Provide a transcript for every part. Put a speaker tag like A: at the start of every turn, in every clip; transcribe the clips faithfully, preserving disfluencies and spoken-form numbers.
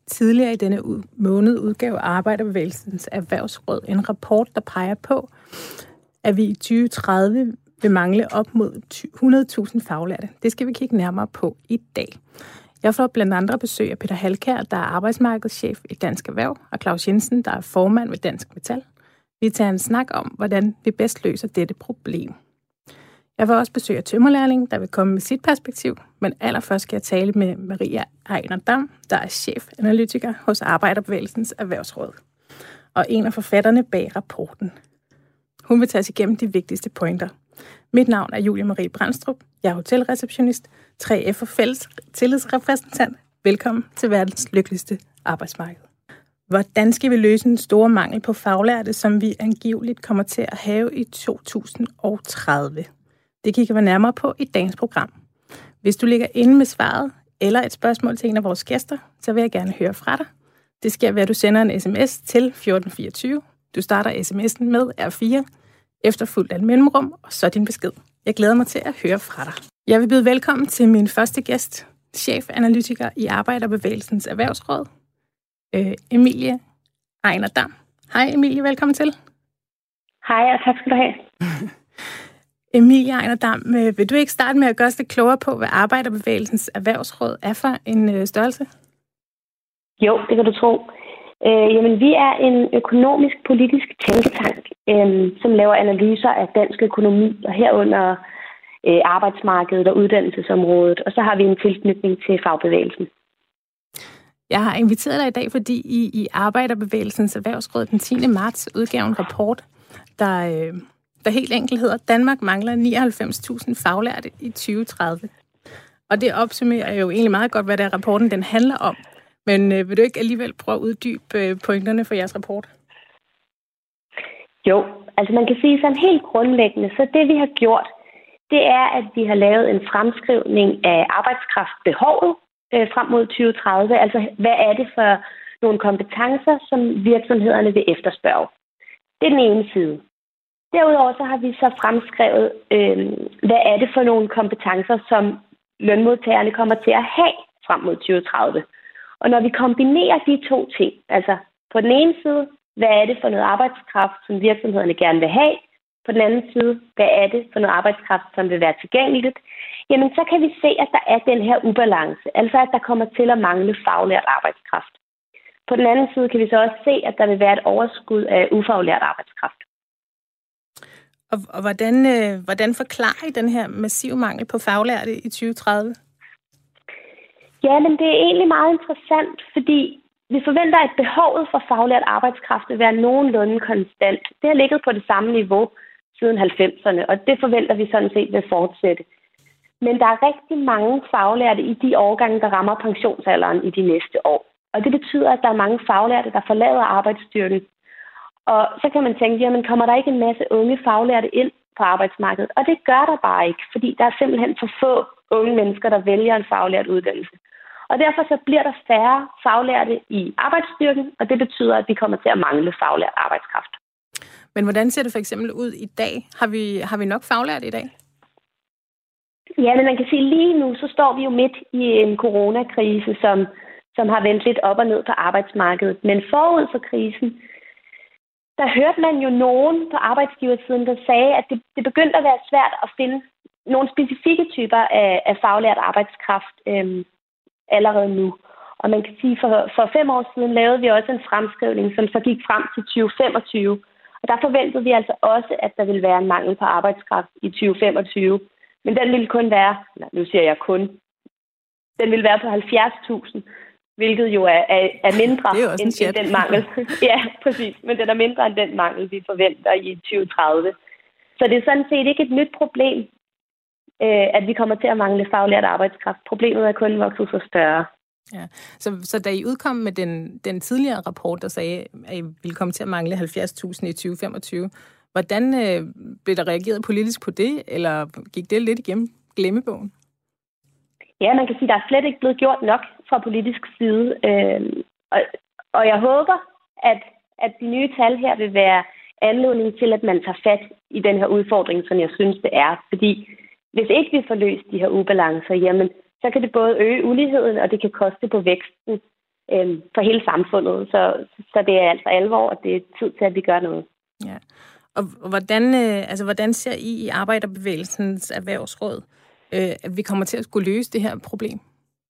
A: tidligere i denne måned udgav Arbejderbevægelsens Erhvervsråd en rapport, der peger på, at vi i tyve tredive vil mangle op mod hundrede tusind faglærte. Det skal vi kigge nærmere på i dag. Jeg får blandt andre besøg af Peter Halkær, der er arbejdsmarkedschef i Dansk Erhverv, og Claus Jensen, der er formand ved Dansk Metal. Vi tager en snak om, hvordan vi bedst løser dette problem. Jeg får også besøg af tømmerlærling, der vil komme med sit perspektiv, men allerførst skal jeg tale med Maria Ejner Dam, der er chefanalytiker hos Arbejderbevægelsens Erhvervsråd, og en af forfatterne bag rapporten. Hun vil tage os igennem de vigtigste pointer. Mit navn er Julie Marie Brandstrup. Jeg er hotelreceptionist, tre F og fælles tillidsrepræsentant. Velkommen til verdens lykkeligste arbejdsmarked. Hvordan skal vi løse en stor mangel på faglærte, som vi angiveligt kommer til at have i to tusind og tredive? Det kigger vi nærmere på i dagens program. Hvis du ligger inde med svaret eller et spørgsmål til en af vores gæster, så vil jeg gerne høre fra dig. Det sker ved, at du sender en sms til fjorten fireogtyve. Du starter sms'en med R fire, efterfulgt af et mellemrum, og så din besked. Jeg glæder mig til at høre fra dig. Jeg vil byde velkommen til min første gæst, chefanalytiker i Arbejderbevægelsens Erhvervsråd, øh, Emilie Ejner Dam. Hej Emilie, velkommen til.
B: Hej, og tak skal du have.
A: Emilie Ejner Dam, vil du ikke starte med at gøre os lidt klogere på, hvad Arbejderbevægelsens Erhvervsråd er for en øh, størrelse?
B: Jo, det kan du tro. Øh, jamen, vi er en økonomisk-politisk tænketank, øh, som laver analyser af dansk økonomi, og herunder øh, arbejdsmarkedet og uddannelsesområdet. Og så har vi en tilknytning til fagbevægelsen.
A: Jeg har inviteret dig i dag, fordi I i Arbejderbevægelsens Erhvervsråd den tiende marts udgav en rapport, der, øh, der helt enkelt hedder, Danmark mangler nioghalvfems tusind faglærte i tyve tredive. Og det opsummerer jo egentlig meget godt, hvad der rapporten den handler om. Men øh, vil du ikke alligevel prøve at uddybe øh, pointerne for jeres rapport?
B: Jo, altså man kan sige sådan helt grundlæggende, så det vi har gjort, det er, at vi har lavet en fremskrivning af arbejdskraftbehovet øh, frem mod tyve tredive. Altså, hvad er det for nogle kompetencer, som virksomhederne vil efterspørge? Det er den ene side. Derudover så har vi så fremskrevet, øh, hvad er det for nogle kompetencer, som lønmodtagerne kommer til at have frem mod tyve tredive. Og når vi kombinerer de to ting, altså på den ene side, hvad er det for noget arbejdskraft, som virksomhederne gerne vil have? På den anden side, hvad er det for noget arbejdskraft, som vil være tilgængeligt? Jamen, så kan vi se, at der er den her ubalance, altså at der kommer til at mangle faglært arbejdskraft. På den anden side kan vi så også se, at der vil være et overskud af ufaglært arbejdskraft.
A: Og, og hvordan, øh, hvordan forklarer I den her massive mangel på faglærte i tyve tredive?
B: Ja, men det er egentlig meget interessant, fordi vi forventer, at behovet for faglært arbejdskraft vil være nogenlunde konstant. Det har ligget på det samme niveau siden halvfemserne, og det forventer vi sådan set vil fortsætte. Men der er rigtig mange faglærte i de årgange, der rammer pensionsalderen i de næste år. Og det betyder, at der er mange faglærte, der forlader arbejdsstyrken. Og så kan man tænke, jamen kommer der ikke en masse unge faglærte ind på arbejdsmarkedet? Og det gør der bare ikke, fordi der er simpelthen for få unge mennesker, der vælger en faglært uddannelse. Og derfor så bliver der færre faglærte i arbejdsstyrken, og det betyder, at vi kommer til at mangle faglært arbejdskraft.
A: Men hvordan ser det for eksempel ud i dag? Har vi, har vi nok faglærte i dag?
B: Ja, men man kan sige, lige nu så står vi jo midt i en coronakrise, som, som har vendt lidt op og ned på arbejdsmarkedet. Men forud for krisen, der hørte man jo nogen på arbejdsgiversiden, der sagde, at det, det begyndte at være svært at finde nogle specifikke typer af, af faglært arbejdskraft øhm, allerede nu. Og man kan sige, for, for fem år siden lavede vi også en fremskrivning, som så gik frem til tyve femogtyve. Og der forventede vi altså også, at der ville være en mangel på arbejdskraft i tyve femogtyve. Men den ville kun være, nej, nu siger jeg kun, den ville være på halvfjerds tusind, hvilket jo er, er, er mindre end, end den mangel. Ja, præcis. Men den er mindre end den mangel, vi forventer i tyve tredive. Så det er sådan set ikke et nyt problem, at vi kommer til at mangle faglært arbejdskraft. Problemet er kun vokset så større.
A: Ja. Så, så da I udkom med den, den tidligere rapport, der sagde, at I ville komme til at mangle halvfjerds tusind i tyve femogtyve, hvordan øh, blev der reageret politisk på det, eller gik det lidt igennem glemmebogen?
B: Ja, man kan sige, at der er slet ikke blevet gjort nok fra politisk side. Øh, og, og jeg håber, at, at de nye tal her vil være anledning til, at man tager fat i den her udfordring, som jeg synes, det er. Fordi hvis ikke vi får løst de her ubalancer, jamen, så kan det både øge uligheden, og det kan koste på væksten øh, for hele samfundet. Så, så det er altså alvor, og det er tid til, at vi gør noget.
A: Ja. Og hvordan, øh, altså, hvordan ser I i Arbejderbevægelsens Erhvervsråd, øh, at vi kommer til at skulle løse det her problem?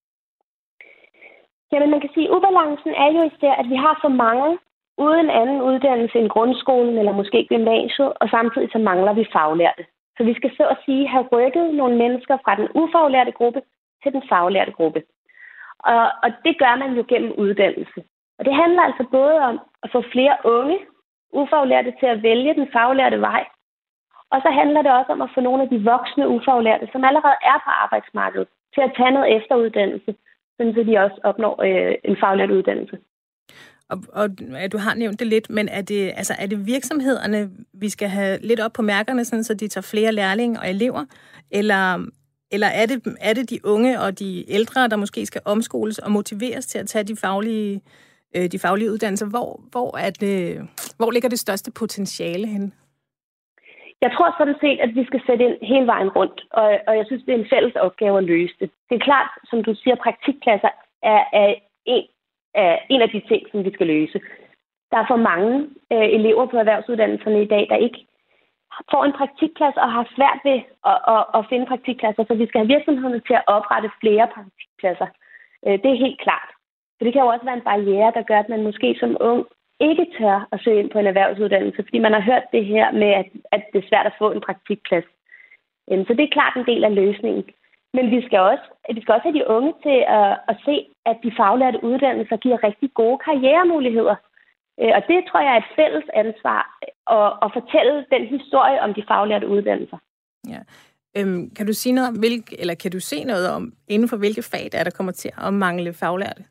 B: Jamen, man kan sige, at ubalancen er jo især, at vi har for mange uden anden uddannelse end grundskolen eller måske gymnasiet, og samtidig så mangler vi faglærte. Så vi skal så at sige have rykket nogle mennesker fra den ufaglærte gruppe til den faglærte gruppe. Og, og det gør man jo gennem uddannelse. Og det handler altså både om at få flere unge ufaglærte til at vælge den faglærte vej, og så handler det også om at få nogle af de voksne ufaglærte, som allerede er på arbejdsmarkedet, til at tage noget efteruddannelse, så de også opnår øh, en faglært uddannelse.
A: Og, og du har nævnt det lidt, men er det, altså, er det virksomhederne, vi skal have lidt op på mærkerne, sådan, så de tager flere lærlinge og elever? Eller, eller er, det, er det de unge og de ældre, der måske skal omskoles og motiveres til at tage de faglige, øh, de faglige uddannelser? Hvor, hvor, er det, hvor ligger det største potentiale henne?
B: Jeg tror sådan set, at vi skal sætte ind hele vejen rundt, og, og jeg synes, det er en fælles opgave at løse det. Det er klart, som du siger, praktikpladser er, er en, er en af de ting, som vi skal løse. Der er for mange øh, elever på erhvervsuddannelserne i dag, der ikke får en praktikplads og har svært ved at, at, at finde praktikpladser, så vi skal have virksomhederne til at oprette flere praktikpladser. Øh, det er helt klart. For det kan jo også være en barriere, der gør, at man måske som ung ikke tør at søge ind på en erhvervsuddannelse, fordi man har hørt det her med, at, at det er svært at få en praktikplads. Så det er klart en del af løsningen. Men vi skal også, vi skal også have de unge til at, at se, at de faglærte uddannelser giver rigtig gode karrieremuligheder. Og det tror jeg er et fælles ansvar at, at fortælle den historie om de faglærte uddannelser.
A: Ja. Øhm, kan du sige noget om, hvilke, eller kan du se noget om, inden for hvilke fag der, er, der kommer til at mangle faglærte?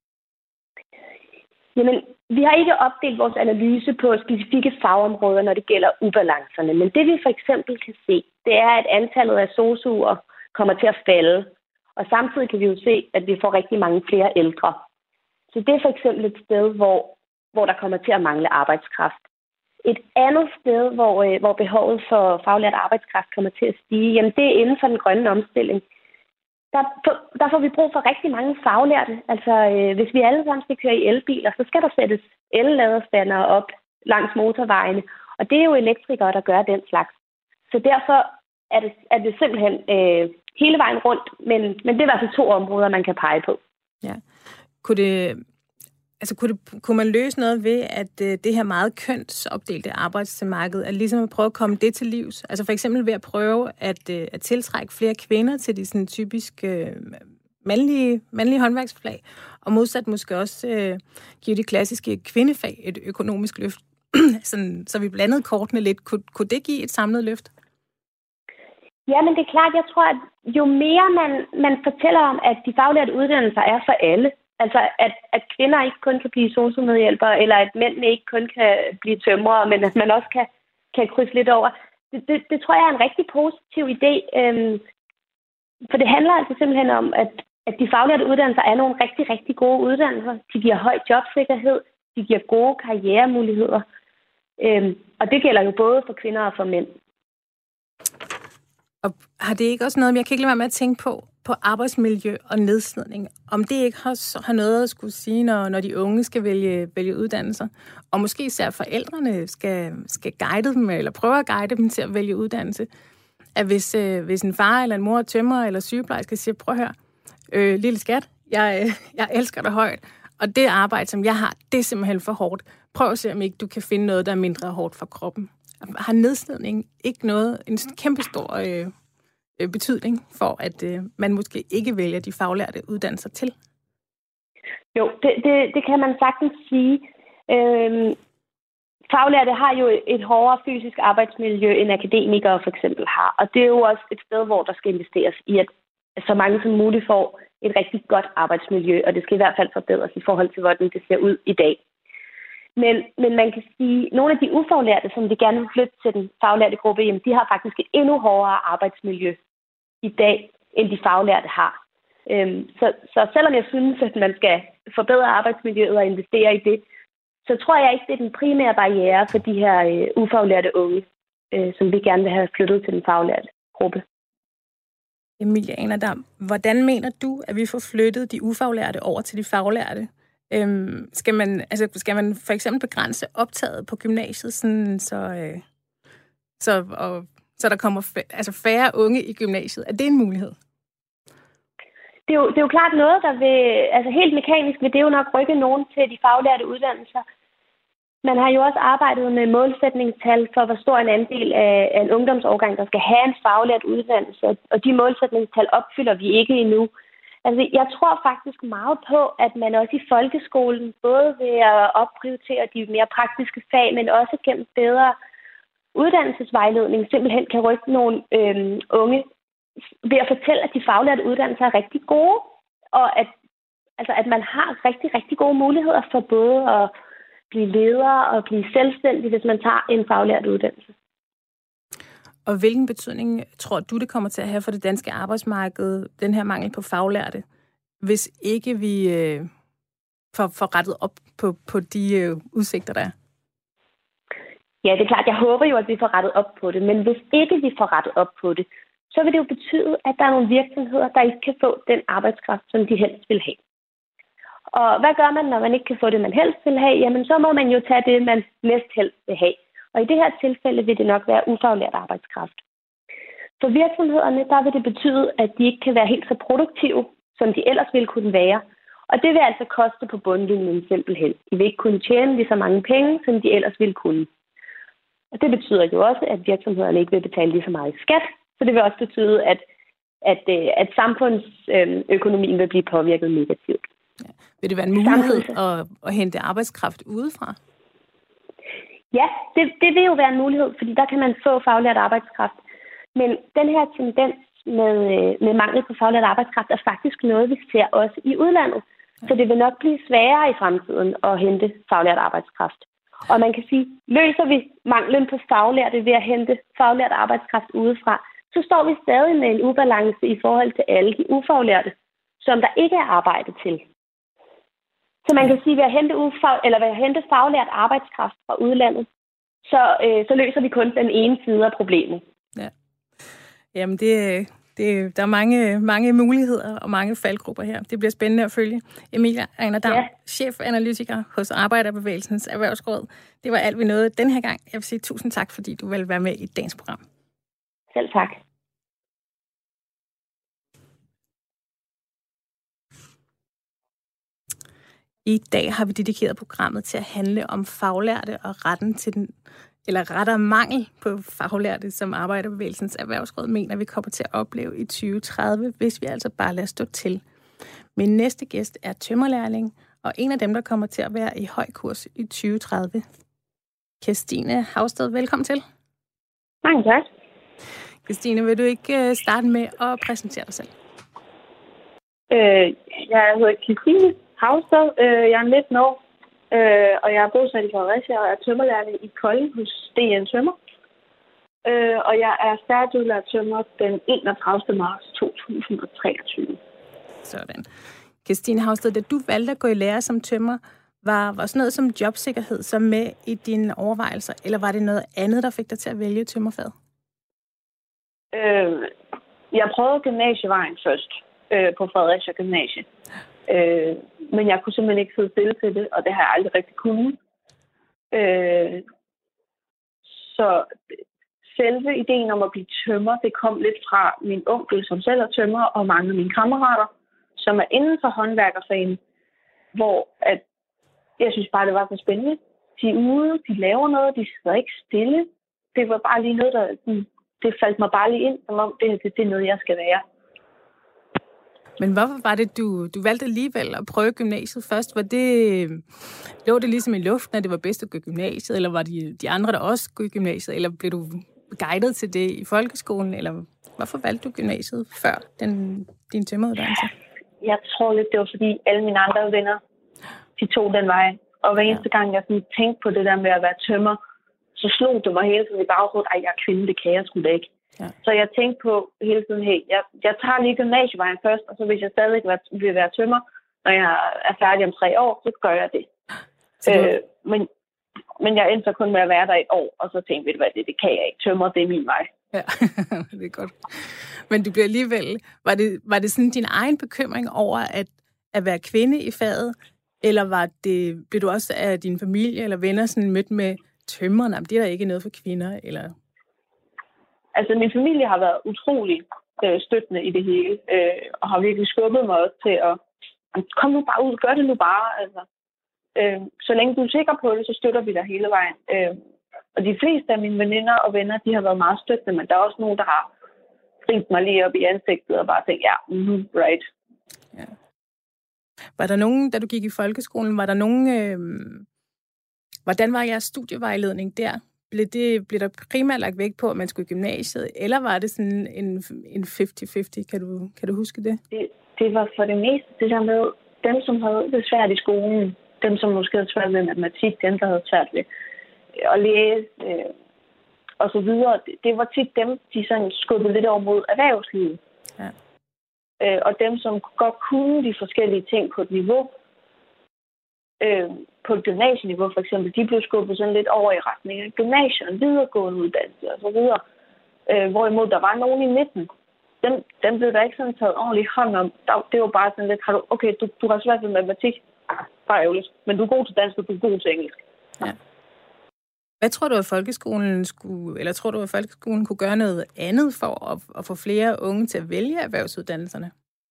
B: Jamen, vi har ikke opdelt vores analyse på specifikke fagområder, når det gælder ubalancerne. Men det vi for eksempel kan se, det er, at antallet af sosu'er kommer til at falde. Og samtidig kan vi jo se, at vi får rigtig mange flere ældre. Så det er for eksempel et sted, hvor, hvor der kommer til at mangle arbejdskraft. Et andet sted, hvor, hvor behovet for faglært arbejdskraft kommer til at stige, jamen det er inden for den grønne omstilling. Der, der får vi brug for rigtig mange faglærte. Altså, øh, hvis vi alle sammen skal køre i elbiler, så skal der sættes el-laderstandere op langs motorvejene. Og det er jo elektrikere, der gør den slags. Så derfor er det, er det simpelthen øh, hele vejen rundt. Men, men det er i hvert fald to områder, man kan pege på.
A: Ja. Kunne det... Altså, kunne, det, kunne man løse noget ved, at øh, det her meget kønsopdelte arbejdsmarked, at ligesom at prøve at komme det til livs? Altså for eksempel ved at prøve at, øh, at tiltrække flere kvinder til de sådan typisk øh, mandlige, mandlige håndværksfag, og modsat måske også øh, give de klassiske kvindefag et økonomisk løft, sådan, så vi blandede kortene lidt. Kunne, kunne det give et samlet løft?
B: Ja, men det er klart, jeg tror, at jo mere man, man fortæller om, at de faglærte uddannelser er for alle, altså, at, at kvinder ikke kun kan blive sosu-medhjælpere, eller at mændene ikke kun kan blive tømrere, men at man også kan, kan krydse lidt over. Det, det, det tror jeg er en rigtig positiv idé. Øhm, for det handler altså simpelthen om, at, at de faglærte uddannelser er nogle rigtig, rigtig gode uddannelser. De giver høj jobsikkerhed, de giver gode karrieremuligheder. Øhm, og det gælder jo både for kvinder og for mænd.
A: Og har det ikke også noget, jeg kan ikke lade være med at tænke på, på arbejdsmiljø og nedslidning, om det ikke har, har noget at skulle sige, når, når de unge skal vælge, vælge uddannelser, og måske især forældrene skal, skal guide dem, eller prøve at guide dem til at vælge uddannelse, at hvis, øh, hvis en far eller en mor tømrer eller sygeplejerske siger, prøv at høre, øh, lille skat, jeg, jeg elsker dig højt, og det arbejde, som jeg har, det er simpelthen for hårdt. Prøv at se, om ikke du kan finde noget, der er mindre hårdt for kroppen. Har nedslidning ikke noget, en kæmpestor øh, betydning for, at øh, man måske ikke vælger de faglærte uddannelser til?
B: Jo, det, det, det kan man sagtens sige. Øhm, faglærte har jo et hårdere fysisk arbejdsmiljø, end akademikere for eksempel har. Og det er jo også et sted, hvor der skal investeres i, at så mange som muligt får et rigtig godt arbejdsmiljø, og det skal i hvert fald forbedres i forhold til, hvordan det ser ud i dag. Men, men man kan sige, at nogle af de ufaglærte, som vi gerne vil flytte til den faglærte gruppe, jamen, de har faktisk et endnu hårdere arbejdsmiljø i dag, end de faglærte har. Øhm, så, så selvom jeg synes, at man skal forbedre arbejdsmiljøet og investere i det, så tror jeg ikke, det er den primære barriere for de her øh, ufaglærte unge, øh, som vi gerne vil have flyttet til den faglærte gruppe.
A: Emilie Anerdam, hvordan mener du, at vi får flyttet de ufaglærte over til de faglærte? Øhm, skal, man, altså, skal man for eksempel begrænse optaget på gymnasiet, sådan, så, øh, så, og, så der kommer f- altså færre unge i gymnasiet? Er det en mulighed?
B: Det er, jo, det er jo klart noget, der vil, altså helt mekanisk vil det jo nok rykke nogen til de faglærte uddannelser. Man har jo også arbejdet med målsætningstal for, hvor stor en andel af, af en ungdomsårgang, der skal have en faglært uddannelse, og de målsætningstal opfylder vi ikke endnu. Altså, jeg tror faktisk meget på, at man også i folkeskolen, både ved at opprioritere de mere praktiske fag, men også gennem bedre uddannelsesvejledning, simpelthen kan rykke nogle øhm, unge ved at fortælle, at de faglærte uddannelser er rigtig gode, og at, altså, at man har rigtig, rigtig gode muligheder for både at blive leder og blive selvstændig, hvis man tager en faglært uddannelse.
A: Og hvilken betydning tror du, det kommer til at have for det danske arbejdsmarked, den her mangel på faglærte, hvis ikke vi øh, får, får rettet op på, på de øh, udsigter, der er?
B: Ja, det er klart. Jeg håber jo, at vi får rettet op på det. Men hvis ikke vi får rettet op på det, så vil det jo betyde, at der er nogle virksomheder, der ikke kan få den arbejdskraft, som de helst vil have. Og hvad gør man, når man ikke kan få det, man helst vil have? Jamen, så må man jo tage det, man næst helst vil have. Og i det her tilfælde vil det nok være ufaglært arbejdskraft. For virksomhederne, der vil det betyde, at de ikke kan være helt så produktive, som de ellers ville kunne være. Og det vil altså koste på bundlinjen simpelthen. De vil ikke kunne tjene lige så mange penge, som de ellers ville kunne. Og det betyder jo også, at virksomhederne ikke vil betale lige så meget skat. Så det vil også betyde, at, at, at samfundsøkonomien vil blive påvirket negativt.
A: Ja. Vil det være en mulighed at, at hente arbejdskraft udefra?
B: Ja, det, det vil jo være en mulighed, fordi der kan man få faglært arbejdskraft. Men den her tendens med, med mangel på faglært arbejdskraft er faktisk noget, vi ser også i udlandet. Så det vil nok blive sværere i fremtiden at hente faglært arbejdskraft. Og man kan sige, løser vi manglen på faglærte ved at hente faglært arbejdskraft udefra, så står vi stadig med en ubalance i forhold til alle de ufaglærte, som der ikke er arbejde til. Så man kan sige, at ved at hente, ufag, eller ved at hente faglært arbejdskraft fra udlandet, så, øh, så løser vi kun den ene side af problemet.
A: Ja. Jamen, det, det, der er mange, mange muligheder og mange faldgrupper her. Det bliver spændende at følge. Emilia Agner-Dam, ja. Chefanalytiker hos Arbejderbevægelsens Erhvervsråd. Det var alt, vi nåede den her gang. Jeg vil sige tusind tak, fordi du vil være med i dagens program.
B: Selv tak.
A: I dag har vi dedikeret programmet til at handle om faglærte og retten til den, eller rettere mangel på faglærte, som Arbejderbevægelsens Erhvervsråd mener, vi kommer til at opleve i tyve tredive, hvis vi altså bare lader stå til. Min næste gæst er tømrerlærling, og en af dem, der kommer til at være i høj kurs i tyve tredive. Kirstine Hausted, velkommen til.
B: Mange tak.
A: Kirstine, vil du ikke starte med at præsentere dig selv?
C: Øh, jeg hedder Kirstine Hausted. Øh, jeg er nitten år, øh, og jeg er bosat i Fredericia og er tømmerlærling i Kolding hos D N Tømmer. Øh, og jeg er færdigudlært tømrer den enogtredivte marts to tusind og treogtyve.
A: Sådan. Kirstine Hausted, da du valgte at gå i lære som tømrer, var, var sådan noget som jobsikkerhed så med i dine overvejelser, eller var det noget andet, der fik dig til at vælge tømmerfaget?
C: Øh, jeg prøvede gymnasievejen først øh, på Fredericia Gymnasie. Øh, men jeg kunne simpelthen ikke sidde stille til det, og det har jeg aldrig rigtig kunnet. Øh, så selve ideen om at blive tømrer, det kom lidt fra min onkel, som selv er tømrer, og mange af mine kammerater, som er inden for håndværkerfagen, hvor at jeg synes bare, det var så spændende. De er ude, de laver noget, de sidder ikke stille. Det var bare lige noget, der det faldt mig bare lige ind, som om det, det, det er noget, jeg skal være.
A: Men hvorfor var det, du, du valgte alligevel at prøve gymnasiet først? Var det, lå det ligesom i luften, at det var bedst at gå i gymnasiet, eller var det de andre, der også gik i gymnasiet, eller blev du guidet til det i folkeskolen, eller hvorfor valgte du gymnasiet før den, din tømmeruddannelse?
C: Jeg tror lidt, det var fordi alle mine andre venner, de tog den vej. Og hver eneste ja. gang, jeg sådan tænkte på det der med at være tømmer, så slog det mig hele tiden i baghovedet, at jeg er kvinde, det kan jeg sgu da ikke. Ja. Så jeg tænkte på hele tiden, hey, jeg, jeg tager lige gymnasievejen først, og så hvis jeg stadig vil være tømmer, når jeg er færdig om tre år, så gør jeg det. det... Øh, men, men jeg endte så kun med at være der et år, og så tænkte jeg, hvad det, det kan jeg ikke. Tømmer, det er min vej.
A: Ja, det er godt. Men du bliver alligevel, var det, var det sådan din egen bekymring over at, at være kvinde i faget, Eller var det, blev du også af din familie eller venner sådan mødt med tømmerne? Det er der ikke noget for kvinder, eller?
C: Altså, min familie har været utrolig øh, støttende i det hele, øh, og har virkelig skubbet mig også til at, kom nu bare ud, gør det nu bare, altså. Øh, så længe du er sikker på det, så støtter vi dig hele vejen. Øh, og de fleste af mine veninder og venner, de har været meget støttende, men der er også nogen, der har ringt mig lige op i ansigtet og bare tænkt, ja, mm-hmm, right.
A: Ja. Var der nogen, da du gik i folkeskolen, var der nogen, øh, hvordan var jeres studievejledning der? Blev, det, blev der primært lagt vægt på, at man skulle i gymnasiet, eller var det sådan en, en halvtreds halvtreds? Kan du, kan du huske det?
C: det? Det var for det meste det der med, dem som havde det svært i skolen, dem som måske havde svært ved matematik, dem der havde svært ved at læse, øh, og så videre. Det, det var tit dem, de sådan skubbede lidt over mod erhvervslivet.
A: Ja.
C: Øh, og dem, som godt kunne de forskellige ting på et niveau, øh, på et gymnasieniveau for eksempel, de blev skubbet sådan lidt over i retning af gymnasier, en videregående uddannelse og så videre. Øh, hvorimod der var nogen i midten, dem, dem blev der ikke sådan taget ordentligt hånd om. Der, det var bare sådan lidt, har du, okay, du, du har svært ved matematik, bare ærgerligt, men du er god til dansk, og du er god til engelsk.
A: Ja. Hvad tror du, at folkeskolen skulle, eller tror du, at folkeskolen kunne gøre noget andet for at, at få flere unge til at vælge erhvervsuddannelserne?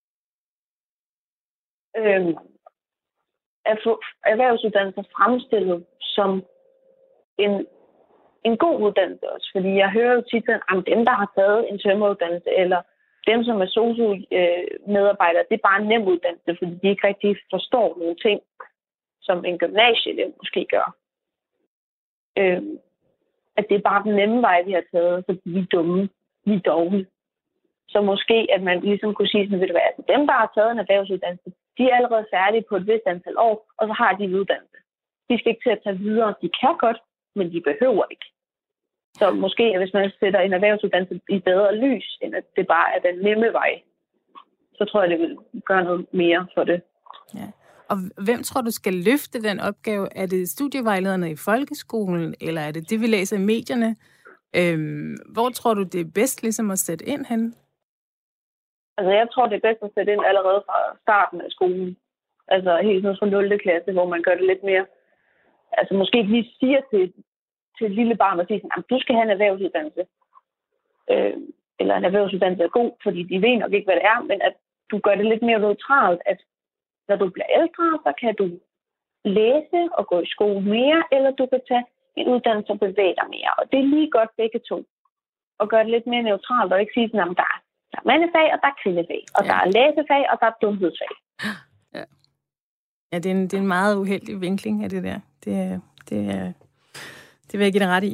C: Øhm, at få erhvervsuddannelser fremstillet som en, en god uddannelse også. Fordi jeg hører jo tit, at dem, der har taget en tømreruddannelse, eller dem, som er sosu-medarbejdere, det er bare en nem uddannelse, fordi de ikke rigtig forstår nogle ting, som en gymnasieelev måske gør. Øhm, at det er bare den nemme vej, vi har taget, så vi er dumme, vi er dårlige. Så måske, at man ligesom kunne sige, sådan, ved du hvad, at dem, der har taget en erhvervsuddannelse, de er allerede færdige på et vist antal år, og så har de en uddannelse. De skal ikke til at tage videre. De kan godt, men de behøver ikke. Så måske, at hvis man sætter en erhvervsuddannelse i bedre lys, end at det bare er den nemme vej, så tror jeg, det vil gøre noget mere for det.
A: Ja. Og hvem tror du skal løfte den opgave? Er det studievejlederne i folkeskolen, eller er det det, vi læser i medierne? Øhm, hvor tror du, det er bedst ligesom at sætte ind hen?
C: Altså, jeg tror, det er bedst at sætte ind allerede fra starten af skolen. Altså, helt ned fra nul klasse, hvor man gør det lidt mere. Altså, måske ikke lige siger til, til et lille barn og siger sådan, du skal have en erhvervsuddannelse. Øh, eller en erhvervsuddannelse er god, fordi de ved nok ikke, hvad det er, men at du gør det lidt mere neutralt, at når du bliver ældre, så kan du læse og gå i skole mere, eller du kan tage en uddannelse og bevæge dig mere. Og det er lige godt begge to. Og gøre det lidt mere neutralt, og ikke sige sådan, at der er, der er mandefag, og der er kvindefag. Og ja. Der er læsefag, og der er dumhedsfag.
A: Ja, ja det, er en, det er en meget uheldig vinkling af det der. Det, det, det vil jeg give dig ret i.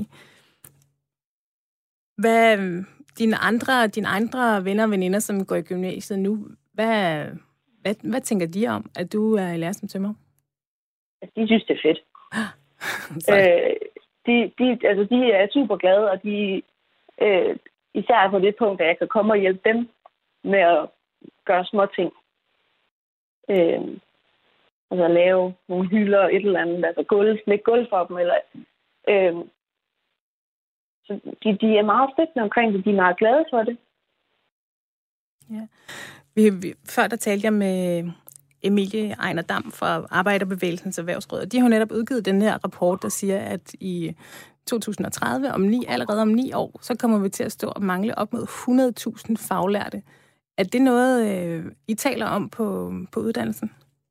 A: Hvad dine andre, dine andre venner og veninder, som går i gymnasiet nu, hvad... Hvad, hvad tænker de om, at du er i lære som tømrer?
C: De synes, det er fedt. øh, de, de, altså, de er super glade, og de øh, især på det punkt, at jeg kan komme og hjælpe dem med at gøre små ting. Øh, altså lave nogle hylder og et eller andet, altså gulv, lægge gulv for dem. Eller, øh, så de, de er meget støttende omkring det, de er meget glade for det.
A: Ja. Vi, vi, før der talte jeg med Emilie Ejner Dam fra Arbejderbevægelsens Erhvervsråd, og de har netop udgivet den her rapport, der siger, at i to tusind og tredive, om ni, allerede om ni år, så kommer vi til at stå og mangle op mod hundrede tusind faglærte. Er det noget, øh, I taler om på, på uddannelsen?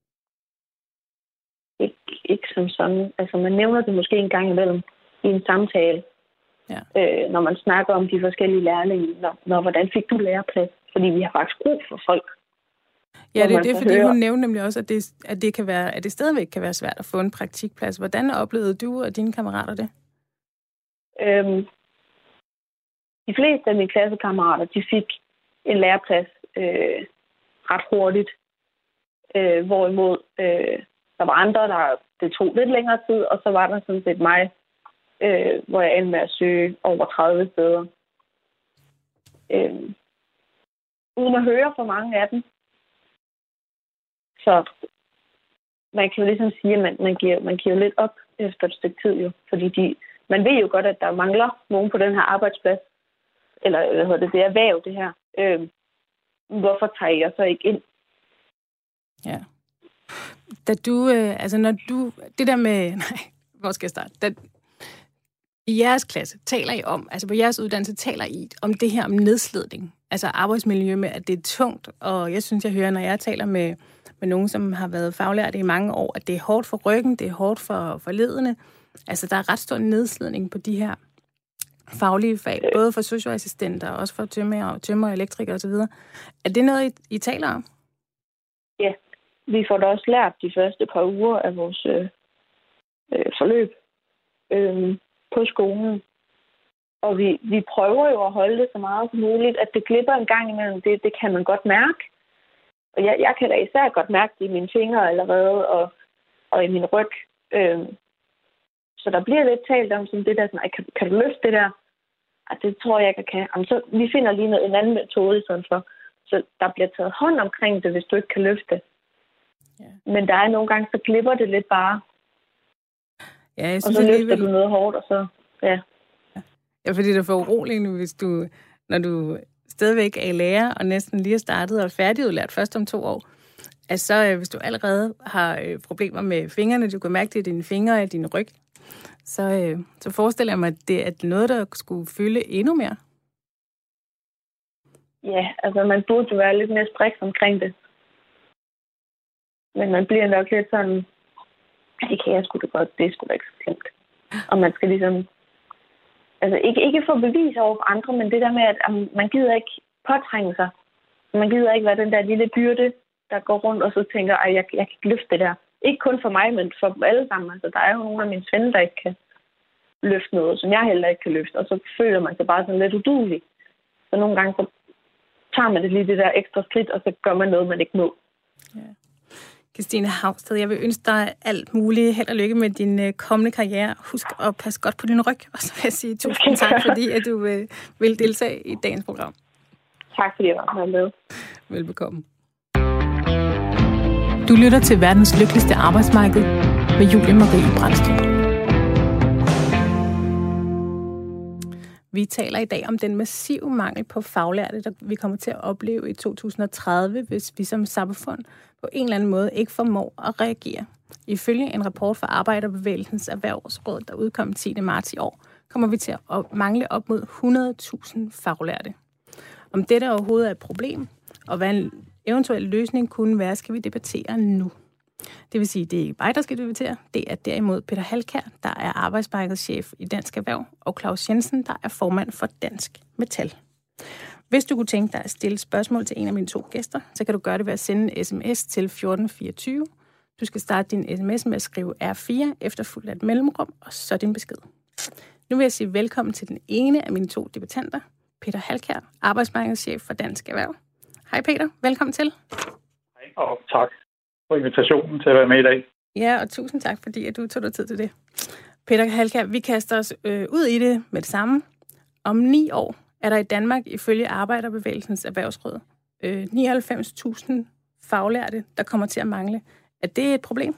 C: Ikke, ikke som sådan. Altså, man nævner det måske en gang imellem i en samtale, ja. øh, når man snakker om de forskellige lærlinge. Når, når, hvordan fik du læreplads? Fordi vi har faktisk brug for folk.
A: Ja, det er det, fordi høre. Hun nævnte nemlig også, at det, at, det kan være, at det stadigvæk kan være svært at få en praktikplads. Hvordan oplevede du og dine kammerater det?
C: Øhm, de fleste af mine klassekammerater, de fik en læreplads øh, ret hurtigt. Øh, hvorimod øh, der var andre, der det tog lidt længere tid, og så var der sådan set mig, øh, hvor jeg endte med at søge over tredive steder. Øh, uden at høre for mange af dem. Så man kan jo ligesom sige, at man, man, giver, man giver lidt op efter et stykke tid jo. Fordi de, man ved jo godt, at der mangler nogen på den her arbejdsplads. Eller hvad hedder det, det er erhverv det her. Øh, hvorfor tager jeg så ikke ind?
A: Ja. Da du, øh, altså når du, det der med, nej, hvor skal jeg starte? Da, i jeres klasse taler I om, altså på jeres uddannelse taler I om det her om nedslidning, altså arbejdsmiljø med, at det er tungt, og jeg synes, jeg hører, når jeg taler med, med nogen, som har været faglærte i mange år, at det er hårdt for ryggen, det er hårdt for, for lederne. Altså der er ret stor nedslidning på de her faglige fag, både for socioassistenter og også for tømmer og tømmer, elektrikere osv. Er det noget, I, I taler om?
C: Ja, vi får da også lært de første par uger af vores øh, øh, forløb øh, på skolen. Og vi, vi prøver jo at holde det så meget som muligt, at det glipper en gang imellem. Det, det kan man godt mærke. Og jeg, jeg kan da især godt mærke det i mine fingre allerede, og, og i min ryg. Øh, så der bliver lidt talt om sådan det der, sådan, kan, kan du løfte det der? Altså, det tror jeg ikke, jeg kan. Jamen, så, vi finder lige noget, en anden metode sådan for. Så der bliver taget hånd omkring det, hvis du ikke kan løfte det. Ja. Men der er nogle gange, så glipper det lidt bare.
A: Ja, jeg
C: synes, og så løfter alligevel... du noget hårdt, og så... Ja,
A: ja, fordi det er for uroligt nu, hvis du, når du stadigvæk er lærer, og næsten lige er startet og er færdigudlært først om to år, altså så hvis du allerede har problemer med fingrene, du kan mærke det i dine fingre og din ryg, så, så forestiller jeg mig, at det er noget, der skulle fylde endnu mere.
C: Ja, altså man burde jo være lidt mere striks omkring det. Men man bliver nok lidt sådan, det kan jeg sgu da godt, det er sgu da ikke så slemt. Og man skal ligesom, altså ikke, ikke få bevis over for andre, men det der med, at um, man gider ikke påtrænge sig. Man gider ikke være den der lille byrde, der går rundt og så tænker, at jeg, jeg kan ikke løfte det der. Ikke kun for mig, men for alle sammen. Altså, der er jo nogle af mine venner, der ikke kan løfte noget, som jeg heller ikke kan løfte. Og så føler man sig bare sådan lidt uduelig. Så nogle gange så tager man det lige det der ekstra skridt, og så gør man noget, man ikke må.
A: Ja. Christine Haugsted, jeg vil ønske dig alt muligt held og lykke med din kommende karriere. Husk at passe godt på din ryg, og så vil jeg sige tusind tak, fordi at du øh, vil deltage i dagens program.
C: Tak fordi jeg var med.
A: Velbekomme. Du lytter til verdens lykkeligste arbejdsmarked med Julie Marie Brandstrup. Vi taler i dag om den massive mangel på faglærte, der vi kommer til at opleve i to tusind og tredive, hvis vi som samfund på en eller anden måde ikke formår at reagere. Ifølge en rapport fra Arbejderbevægelsens Erhvervsråd, der udkom tiende marts i år, kommer vi til at mangle op mod hundrede tusind faglærte. Om dette overhovedet er et problem, og hvad en eventuel løsning kunne være, skal vi debattere nu. Det vil sige, at det er ikke mig, der skal debattere. Det er derimod Peter Halkær, der er arbejdsmarkedschef i Dansk Erhverv, og Claus Jensen, der er formand for Dansk Metal. Hvis du kunne tænke dig at stille spørgsmål til en af mine to gæster, så kan du gøre det ved at sende en sms til fjorten fireogtyve. Du skal starte din sms med at skrive R fire, efterfulgt af et mellemrum, og så din besked. Nu vil jeg sige velkommen til den ene af mine to debattanter, Peter Halkær, arbejdsmarkedschef for Dansk Erhverv. Hej Peter, velkommen til.
D: Hej, og tak for invitationen til at være med i dag.
A: Ja, og tusind tak, fordi at du tog dig tid til det. Peter Halkær, vi kaster os øh, ud i det med det samme. Om ni år er der i Danmark ifølge Arbejderbevægelsens Erhvervsråd øh, nioghalvfems tusind faglærte, der kommer til at mangle. Er det et problem?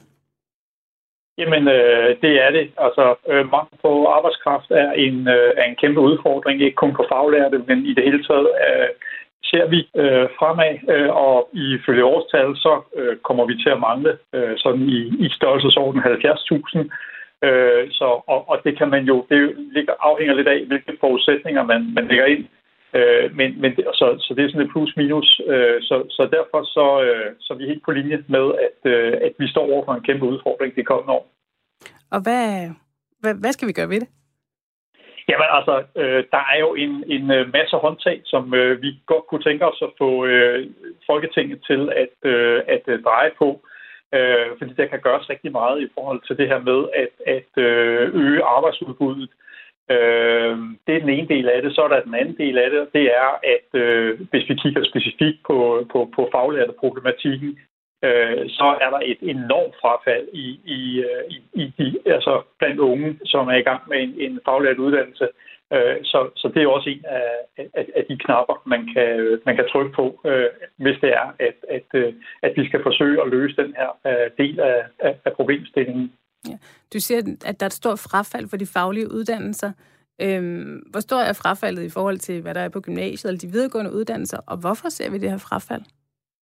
D: Jamen, øh, det er det. Altså, øh, mangel på arbejdskraft er en, øh, er en kæmpe udfordring, ikke kun på faglærte, men i det hele taget øh, ser vi øh, fremad, øh, og ifølge årstal, så øh, kommer vi til at mangle øh, sådan i, i størrelsesorden halvfjerds tusind. Øh, så, og, og det kan man jo, det ligger, afhænger lidt af, hvilke forudsætninger man, man lægger ind. Øh, men, men det, så, så det er sådan et plus-minus. Øh, så, så derfor så, øh, så er vi helt på linje med, at, øh, at vi står over for en kæmpe udfordring de kommende år.
A: Og hvad, hvad, hvad skal vi gøre ved det?
D: Jamen altså, øh, der er jo en, en masse håndtag, som øh, vi godt kunne tænke os at få øh, Folketinget til at, øh, at øh, dreje på. Øh, fordi der kan gøres rigtig meget i forhold til det her med at, at øh, øge arbejdsudbuddet. Øh, det er den ene del af det. Så er der den anden del af det, og det er, at øh, hvis vi kigger specifikt på, på, på faglærte problematikken, øh, så er der et enormt frafald i, i, i, i de, altså blandt unge, som er i gang med en, en faglært uddannelse. Øh, så, så det er også en af, af, af de knapper, man kan, man kan trykke på, øh, hvis det er, at, at, at vi skal forsøge at løse den her øh, del af, af, af problemstillingen.
A: Ja. Du siger, at der er et stort frafald for de faglige uddannelser. Øhm, hvor stor er frafaldet i forhold til, hvad der er på gymnasiet eller de videregående uddannelser, og hvorfor ser vi det her frafald?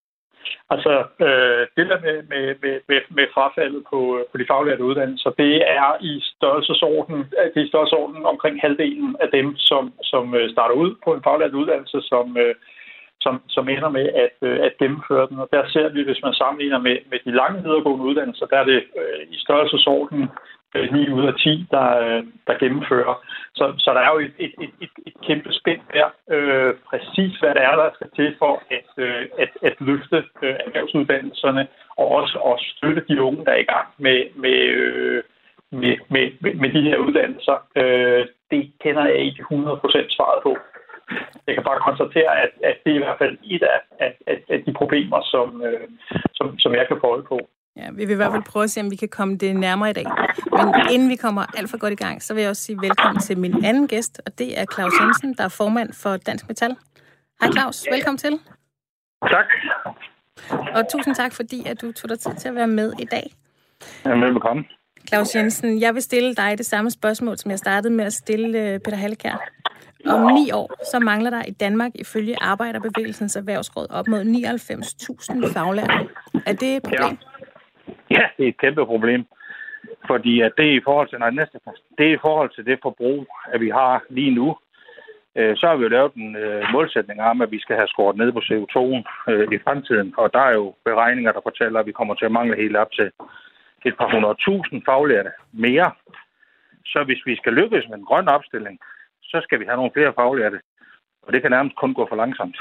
D: Altså, øh, det der med, med, med, med frafaldet på, på de faglærte uddannelser, det er i størrelsesorden, det er i størrelsesorden omkring halvdelen af dem, som, som starter ud på en faglært uddannelse, som, som, som ender med at, at gennemføre den. Og der ser vi, hvis man sammenligner med, med de lange videregående uddannelser, der er det øh, i størrelsesorden ni ud af ti, der, der gennemfører. Så, så der er jo et, et, et, et, et kæmpe spænd der. Øh, præcis hvad det er, der skal til for at, øh, at, at løfte øh, erhvervsuddannelserne, og også at støtte de unge, der er i gang med, med, øh, med, med, med de her uddannelser. Øh, det kender jeg ikke hundrede procent svaret på. Jeg kan bare konstatere, at, at det er i hvert fald et af, af, af de problemer, som, øh, som, som jeg kan få øje på.
A: Ja, vi vil i hvert fald prøve at se, om vi kan komme det nærmere i dag. Men inden vi kommer alt for godt i gang, så vil jeg også sige velkommen til min anden gæst, og det er Claus Jensen, der er formand for Dansk Metal. Hej Claus, velkommen til.
E: Tak.
A: Og tusind tak, fordi at du tog dig tid til at være med i dag.
E: Ja, velbekomme.
A: Claus Jensen, jeg vil stille dig det samme spørgsmål, som jeg startede med at stille Peter Halkær. Om ni år, så mangler der i Danmark ifølge Arbejderbevægelsens Erhvervsråd op mod nioghalvfems tusind faglærte. Er det et problem?
E: Ja. Ja, det er et kæmpe problem, fordi at det er i forhold til, nej, næste, det er i forhold til det forbrug, at vi har lige nu. Så har vi jo lavet en målsætning om, at vi skal have skåret ned på C O to i fremtiden, og der er jo beregninger, der fortæller, at vi kommer til at mangle helt op til et par hundrede tusind faglærte mere. Så hvis vi skal lykkes med en grøn opstilling, så skal vi have nogle flere faglærte, og det kan nærmest kun gå for langsomt.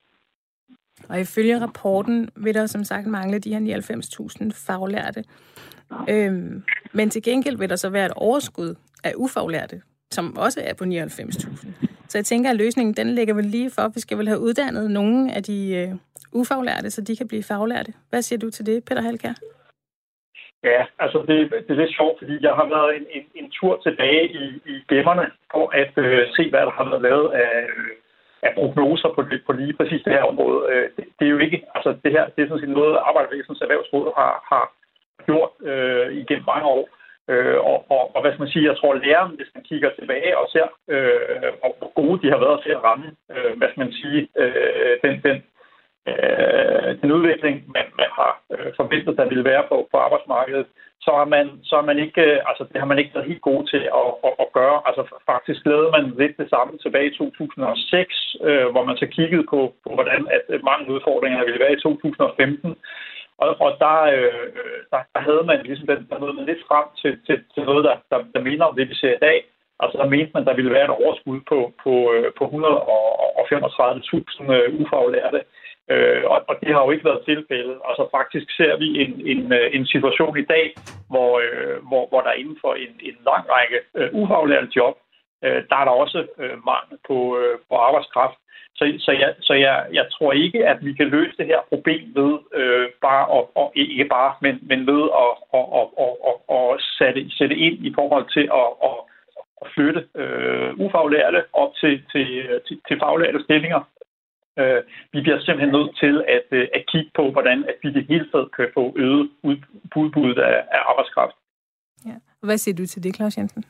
A: Og ifølge rapporten vil der som sagt mangle de her nioghalvfems tusind faglærte. Øhm, men til gengæld vil der så være et overskud af ufaglærte, som også er på nioghalvfems tusind. Så jeg tænker, at løsningen den ligger vel lige for, vi skal vel have uddannet nogle af de øh, ufaglærte, så de kan blive faglærte. Hvad siger du til det, Peter Halkær?
D: Ja, altså det, det er lidt sjovt, fordi jeg har været en, en, en tur tilbage i, i gemmerne for at øh, se, hvad der har været lavet af... Øh, af prognoser på, på lige præcis det her område. Det, det er jo ikke, altså det her, det er sådan set noget, Arbejderbevægelsens Erhvervsråd har, har gjort øh, igennem mange år. Øh, og, og, og hvad skal man sige, jeg tror læreren, hvis man kigger tilbage og ser, øh, hvor gode de har været til at ramme, øh, hvad skal man sige, øh, den, den, øh, den udvikling, man, man har øh, forventet, der ville være på, på arbejdsmarkedet, så har man, så har man ikke, altså det har man ikke været helt gode til at, at, at gøre. Altså faktisk lavede man lidt det samme tilbage i to tusind og seks, øh, hvor man så kiggede på, på, hvordan at mange udfordringer ville være i to tusind og femten. Og, og der, øh, der, der havde man ligesom den, der nåede man lidt frem til, til, til noget, der, der, der minder om det, vi ser i dag. Altså der mente man, der ville være et overskud på, på, på et hundrede og femogtredive tusind ufaglærte. Øh, og, og det har jo ikke været tilfældet. Altså faktisk ser vi en, en, en situation i dag, hvor, øh, hvor, hvor der inden for en, en lang række øh, ufaglærte job, øh, der er der også øh, mangel på, øh, på arbejdskraft. Så, så, jeg, så jeg, jeg tror ikke, at vi kan løse det her problem ved øh, bare, og, og ikke bare, men, men ved at og, og, og, og, og sætte, sætte ind i forhold til at, at, at flytte øh, ufaglærte op til, til, til, til faglærte stillinger. Uh, vi bliver simpelthen nødt til at, uh, at kigge på, hvordan at vi det hele taget kan få øget udbuddet af, af arbejdskraft.
A: Ja. Hvad siger du til det, Claus Jensen?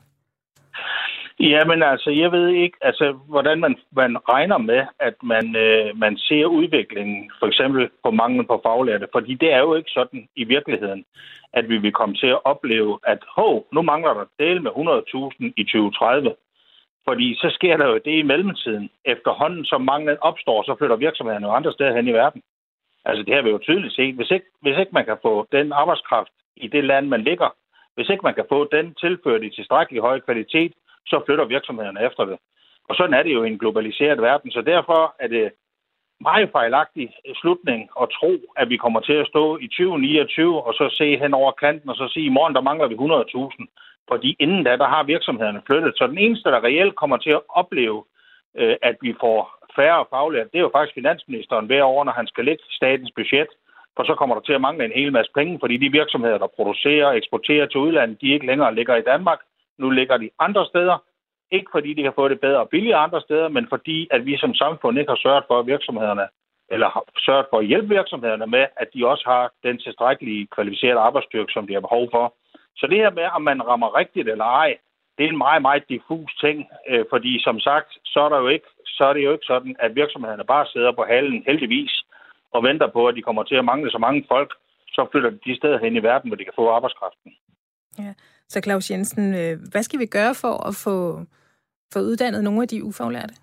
E: Jamen altså, jeg ved ikke, altså, hvordan man, man regner med, at man, øh, man ser udviklingen, for eksempel på manglen på faglærte, fordi det er jo ikke sådan i virkeligheden, at vi vil komme til at opleve, at hov, nu mangler der del med hundrede tusind i tyve tredive. Fordi så sker der jo det i mellemtiden. Efterhånden, som manglen opstår, så flytter virksomhederne jo andre steder hen i verden. Altså det har vi jo tydeligt set. Hvis ikke, hvis ikke man kan få den arbejdskraft i det land, man ligger, hvis ikke man kan få den tilført i tilstrækkelig høj kvalitet, så flytter virksomhederne efter det. Og sådan er det jo i en globaliseret verden. Så derfor er det meget fejlagtig slutning at tro, at vi kommer til at stå i tyve niogtyve og så se hen over kanten og så sige, i morgen der mangler vi hundrede tusind. Fordi inden da, der har virksomhederne flyttet. Så den eneste, der reelt kommer til at opleve, øh, at vi får færre faglærte, det er jo faktisk finansministeren hver år, når han skal lægge statens budget. For så kommer der til at mangle en hel masse penge, fordi de virksomheder, der producerer og eksporterer til udlandet, de ikke længere ligger i Danmark. Nu ligger de andre steder. Ikke fordi de kan få det bedre og billigere andre steder, men fordi at vi som samfund ikke har sørget for, at virksomhederne, eller har sørget for at hjælpe virksomhederne med, at de også har den tilstrækkelige kvalificerede arbejdsstyrke, som de har behov for. Så det her med, om man rammer rigtigt eller ej, det er en meget, meget diffus ting, øh, fordi som sagt, så er, der jo ikke, så er det jo ikke sådan, at virksomhederne bare sidder på halen, heldigvis, og venter på, at de kommer til at mangle så mange folk, så flytter de de steder hen i verden, hvor de kan få arbejdskraften.
A: Ja. Så Claus Jensen, hvad skal vi gøre for at få, få uddannet nogle af de ufaglærte?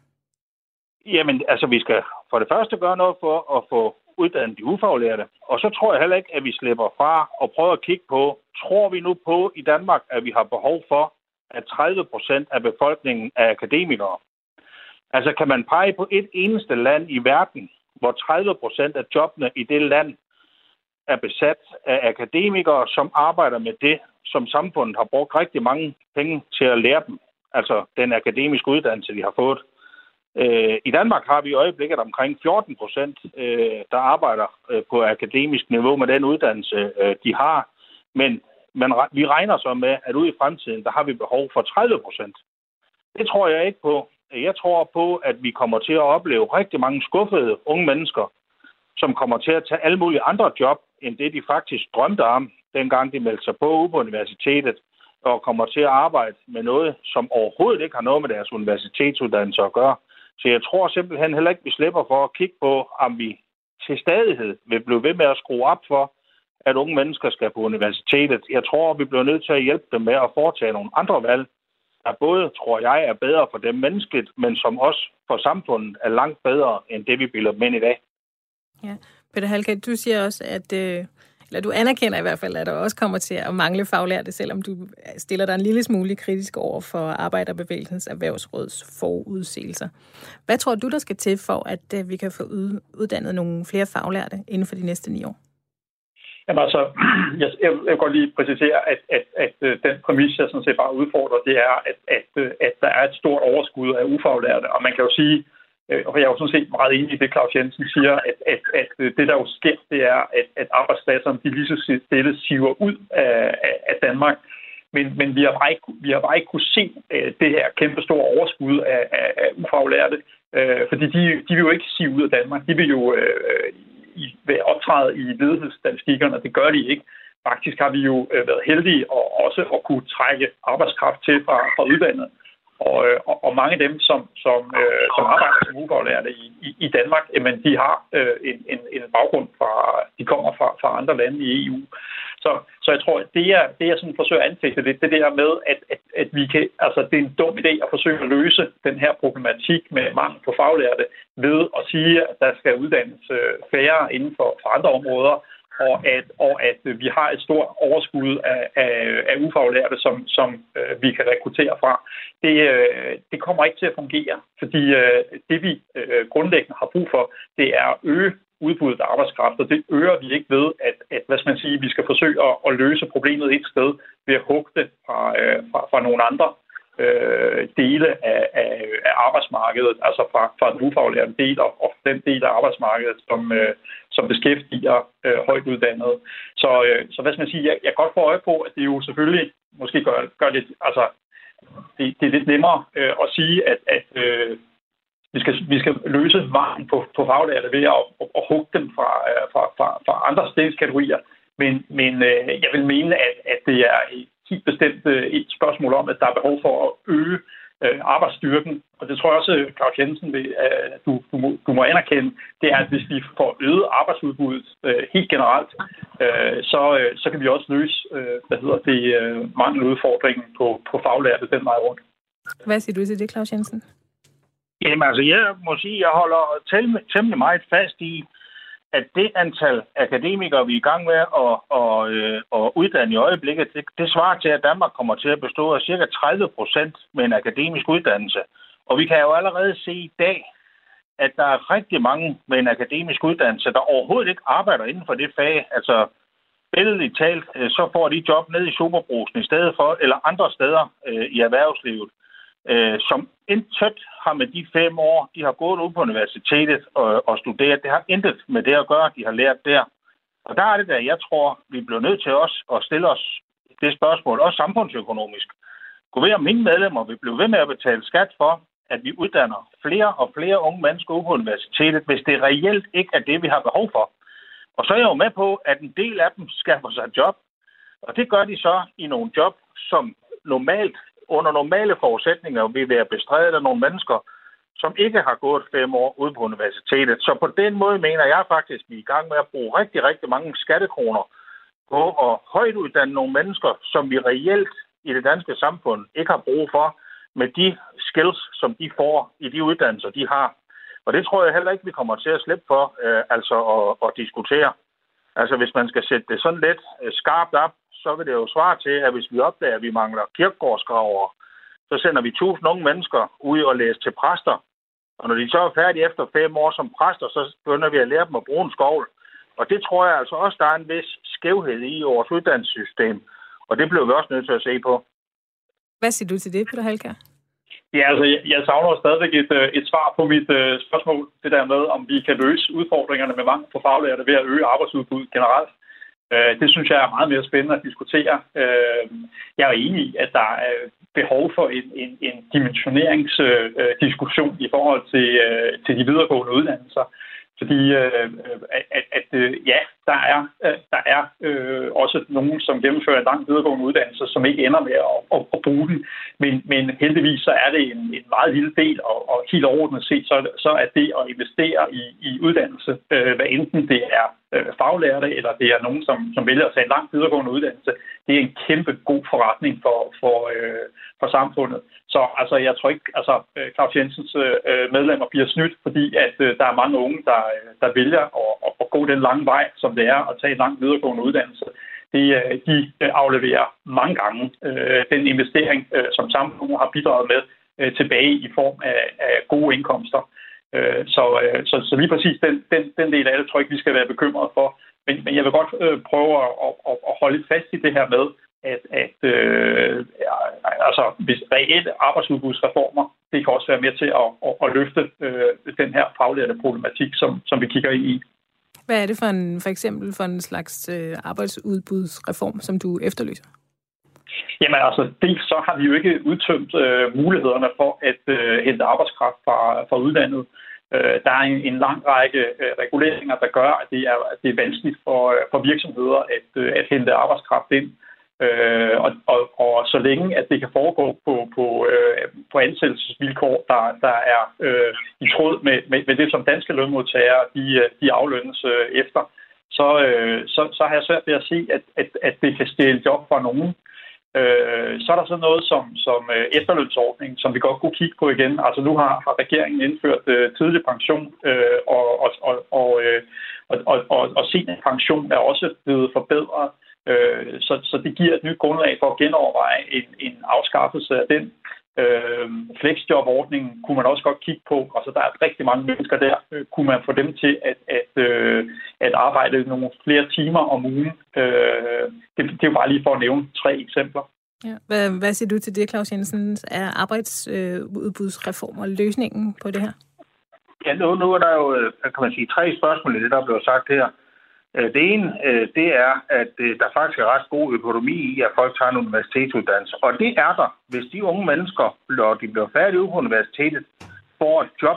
E: Jamen, altså vi skal for det første gøre noget for at få uddannet de ufaglærte, og så tror jeg heller ikke, at vi slipper fra og prøver at kigge på, tror vi nu på i Danmark, at vi har behov for, at tredive procent af befolkningen er akademikere. Altså kan man pege på et eneste land i verden, hvor tredive procent af jobbene i det land er besat af akademikere, som arbejder med det, som samfundet har brugt rigtig mange penge til at lære dem. Altså den akademiske uddannelse, de har fået. Øh, I Danmark har vi i øjeblikket omkring fjorten procent, øh, der arbejder øh, på akademisk niveau med den uddannelse, øh, de har. Men, men vi regner så med, at ude i fremtiden, der har vi behov for tredive procent. Det tror jeg ikke på. Jeg tror på, at vi kommer til at opleve rigtig mange skuffede unge mennesker, som kommer til at tage alle mulige andre job, end det de faktisk drømte om, dengang de meldte sig på ude på universitetet, og kommer til at arbejde med noget, som overhovedet ikke har noget med deres universitetsuddannelse at gøre. Så jeg tror simpelthen heller ikke, vi slipper for at kigge på, om vi til stadighed vil blive ved med at skrue op for, at unge mennesker skal på universitetet. Jeg tror, vi bliver nødt til at hjælpe dem med at foretage nogle andre valg, der både, tror jeg, er bedre for dem menneskeligt, men som også for samfundet er langt bedre, end det vi bilder dem ind i dag.
A: Ja, Peter Halkett, du siger også, at øh, eller du anerkender i hvert fald, at der også kommer til at mangle faglærte, selvom du stiller dig en lille smule kritisk over for Arbejderbevægelsens Erhvervsråds forudsigelser. Hvad tror du, der skal til for, at øh, vi kan få uddannet nogle flere faglærte inden for de næste ni år?
D: Jamen altså, jeg, jeg vil godt lige præcisere, at, at, at, at den præmis, jeg sådan set bare udfordrer, det er, at, at, at der er et stort overskud af ufaglærte. Og man kan jo sige, og jeg er jo sådan set meget enig i det, Claus Jensen siger, at, at, at det, der jo sker, det er, at, at arbejdspladserne, de lige så stille siver ud af, af Danmark. Men, men vi har bare ikke, vi har bare ikke kunne se det her kæmpe store overskud af, af, af ufaglærte, fordi de, de vil jo ikke sive ud af Danmark. De vil jo øh, i, optræde i ledighedsstatistikkerne, og det gør de ikke. Faktisk har vi jo øh, været heldige og også at kunne trække arbejdskraft til fra, fra udlandet. Og, og, og mange af dem, som, som, øh, som arbejder som ufaglærte i, i, i Danmark, jamen, de har øh, en, en, en baggrund fra, de kommer fra, fra andre lande i E U. Så, så jeg tror, at det er, det jeg sådan forsøger at anfægte lidt, det der med, at, at, at vi kan, altså det er en dum idé at forsøge at løse den her problematik med mangel på faglærte ved at sige, at der skal uddannes færre inden for, for andre områder, og at, og at vi har et stort overskud af, af, af ufaglærte, som, som øh, vi kan rekruttere fra. Det, øh, det kommer ikke til at fungere, fordi øh, det vi øh, grundlæggende har brug for, det er at øge udbuddet af arbejdskraft, og det øger vi ikke ved, at, at hvad skal man sige, vi skal forsøge at, at løse problemet et sted ved at hugge det fra, øh, fra, fra nogle andre øh, dele af, af, af arbejdsmarkedet, altså fra, fra den ufaglærte del og, og den del af arbejdsmarkedet, som, øh, som beskæftiger øh, højt uddannede. Så, øh, så hvad skal man sige, jeg, jeg kan godt få øje på, at det jo selvfølgelig måske gør, gør det, altså det, det er lidt nemmere øh, at sige, at, at øh, vi, skal, vi skal løse manglen på, på faglærte ved at, at, at hugge dem fra, fra, fra, fra andre stillingskategorier. Men, men øh, jeg vil mene, at, at det er helt bestemt øh, et spørgsmål om, at der er behov for at øge øh, arbejdsstyrken. Og det tror jeg også, Claus Jensen, vil, øh, du, du, må, du må anerkende, det er, at hvis vi får øget arbejdsudbuddet øh, helt generelt, øh, så, øh, så kan vi også løse øh, hvad hedder det, øh, mangeludfordringen på, på faglærte den vej rundt.
A: Hvad siger du til det, Claus Jensen?
E: Jamen altså, jeg må sige, at jeg holder temmelig meget fast i, at det antal akademikere, vi er i gang med at, at, at, at uddanne i øjeblikket, det, det svarer til, at Danmark kommer til at bestå af cirka tredive procent med en akademisk uddannelse. Og vi kan jo allerede se i dag, at der er rigtig mange med en akademisk uddannelse, der overhovedet ikke arbejder inden for det fag. Altså, billedligt talt, så får de job ned i Superbrugsen i stedet for, eller andre steder øh, i erhvervslivet, øh, som intet har med de fem år, de har gået ud på universitetet og, og studeret. Det har intet med det at gøre, de har lært der. Og der er det der, jeg tror, vi bliver nødt til os at stille os det spørgsmål, også samfundsøkonomisk. Gå ved, om mine medlemmer vil blive ved med at betale skat for, at vi uddanner flere og flere unge mennesker ude på universitetet, hvis det reelt ikke er det, vi har behov for. Og så er jeg jo med på, at en del af dem skaffer sig et job. Og det gør de så i nogle job, som normalt, under normale forudsætninger vil være bestrædet af nogle mennesker, som ikke har gået fem år ude på universitetet. Så på den måde mener jeg faktisk, at vi er i gang med at bruge rigtig, rigtig mange skattekroner på at højt uddanne nogle mennesker, som vi reelt i det danske samfund ikke har brug for, med de skills, som de får i de uddannelser, de har. Og det tror jeg heller ikke, vi kommer til at slippe for, øh, altså at, at diskutere. Altså hvis man skal sætte det sådan lidt øh, skarpt op, så vil det jo svare til, at hvis vi opdager, at vi mangler kirkegårdsgravere, så sender vi tusind unge mennesker ud og læse til præster. Og når de så er færdige efter fem år som præster, så begynder vi at lære dem at bruge en skovl. Og det tror jeg altså også, der er en vis skævhed i vores uddannelsessystem. Og det bliver vi også nødt til at se på.
A: Hvad siger du til det, Peter Halkjær?
D: Ja, altså, jeg, jeg savner stadigvæk et, et svar på mit uh, spørgsmål. Det der med, om vi kan løse udfordringerne med mangel på faglærte ved at øge arbejdsudbuddet generelt. Uh, det synes jeg er meget mere spændende at diskutere. Uh, jeg er enig i, at der er behov for en, en, en dimensioneringsdiskussion uh, i forhold til, uh, til de videregående uddannelser. Fordi øh, at, at, at ja, der er, der er øh, også nogen, som gennemfører en lang videregående uddannelse, som ikke ender med at, at, at bruge den. Men, men heldigvis så er det en, en meget lille del, og, og helt overordnet set, så, så er det at investere i, i uddannelse, øh, hvad enten det er øh, faglærte, eller det er nogen, som, som vælger at tage en lang videregående uddannelse, det er en kæmpe god forretning for, for, øh, for samfundet. Så altså, jeg tror ikke, altså Claus Jensens øh, medlemmer bliver snydt, fordi at øh, der er mange unge, der, der vælger at, at gå den lange vej, som det er at tage en lang videregående uddannelse. Det, øh, de afleverer mange gange øh, den investering, øh, som samfundet har bidraget med øh, tilbage i form af, af gode indkomster. Øh, så, øh, så, så lige præcis den, den, den del af det, tror jeg ikke, vi skal være bekymrede for. Men, men jeg vil godt øh, prøve at, at, at holde lidt fast i det her med, at, at øh, altså, hvis reelle arbejdsudbudsreformer, det kan også være med til at, at, at løfte øh, den her faglærte problematik, som, som vi kigger ind i.
A: Hvad er det for, en, for eksempel for en slags øh, arbejdsudbudsreform, som du efterlyser?
D: Jamen altså, dels så har vi jo ikke udtømt øh, mulighederne for at øh, hente arbejdskraft fra, fra udlandet. Øh, der er en, en lang række øh, reguleringer, der gør, at det er, at det er vanskeligt for, øh, for virksomheder at, øh, at hente arbejdskraft ind. Øh, og, og, og så længe, at det kan foregå på, på, øh, på ansættelsesvilkår, der, der er øh, i tråd med, med, med det, som danske lønmodtagere de, de aflønnes øh, efter, så, øh, så, så har jeg svært ved at se, at, at, at det kan stjæle job fra nogen. Øh, så er der sådan noget som, som øh, efterlønsordning, som vi godt kunne kigge på igen. Altså nu har, har regeringen indført øh, tidlig pension, øh, og, og, og, og, øh, og, og, og, og seniorpension er også blevet forbedret. Øh, så, så det giver et nyt grundlag for at genoverveje en, en afskaffelse af den. Øh, flexjobordningen kunne man også godt kigge på. Altså der er rigtig mange mennesker der. Øh, kunne man få dem til at, at, øh, at arbejde nogle flere timer om ugen? Øh, det, det er jo bare lige for at nævne tre eksempler.
A: Ja. Hvad, hvad siger du til det, Claus Jensen? Er arbejdsudbudsreformer øh, løsningen på det her?
E: Ja, nu, nu er der jo, kan man sige, tre spørgsmål i det, der blev sagt her. Det ene, det er, at der faktisk er ret god økonomi i, at folk tager en universitetsuddannelse. Og det er der, hvis de unge mennesker, når de bliver færdige ude på universitetet, får et job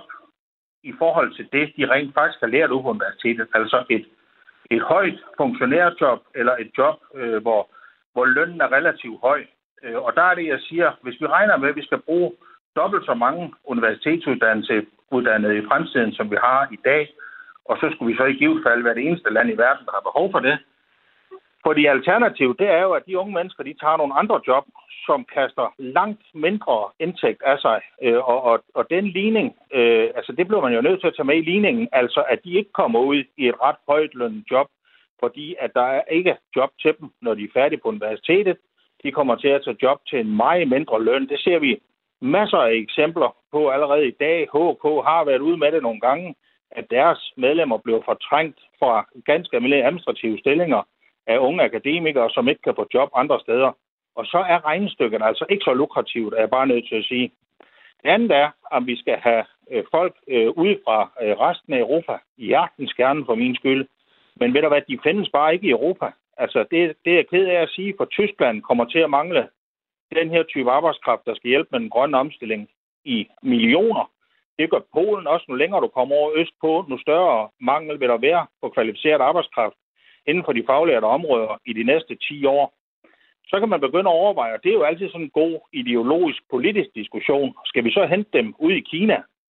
E: i forhold til det, de rent faktisk har lært ude på universitetet. Altså et, et højt funktionærjob, eller et job, øh, hvor, hvor lønnen er relativt høj. Og der er det, jeg siger, hvis vi regner med, at vi skal bruge dobbelt så mange universitetsuddannede i fremtiden, som vi har i dag, og så skulle vi så i givet fald være det eneste land i verden, der har behov for det. Fordi alternativet, det er jo, at de unge mennesker, de tager nogle andre job, som kaster langt mindre indtægt af sig. Og, og, og den ligning, øh, altså det bliver man jo nødt til at tage med i ligningen, altså at de ikke kommer ud i et ret højt lønnet job, fordi at der er ikke job til dem, når de er færdige på universitetet. De kommer til at tage job til en meget mindre løn. Det ser vi masser af eksempler på allerede i dag. H K har været ude med det nogle gange, at deres medlemmer bliver fortrængt fra ganske almindelige administrative stillinger af unge akademikere, som ikke kan få job andre steder. Og så er regnestykkerne altså ikke så lukrativt, er jeg bare nødt til at sige. Det andet er, om vi skal have øh, folk øh, ude fra øh, resten af Europa i hjertens kerne for min skyld. Men ved du hvad, de findes bare ikke i Europa. Altså det, det er jeg ked af at sige, for Tyskland kommer til at mangle den her type arbejdskraft, der skal hjælpe med den grønne omstilling i millioner. Det gør Polen også. Nu længere du kommer over østpå, nu større mangel vil der være på kvalificeret arbejdskraft inden for de faglærte områder i de næste ti år. Så kan man begynde at overveje, og det er jo altid sådan en god ideologisk politisk diskussion. Skal vi så hente dem ud i Kina?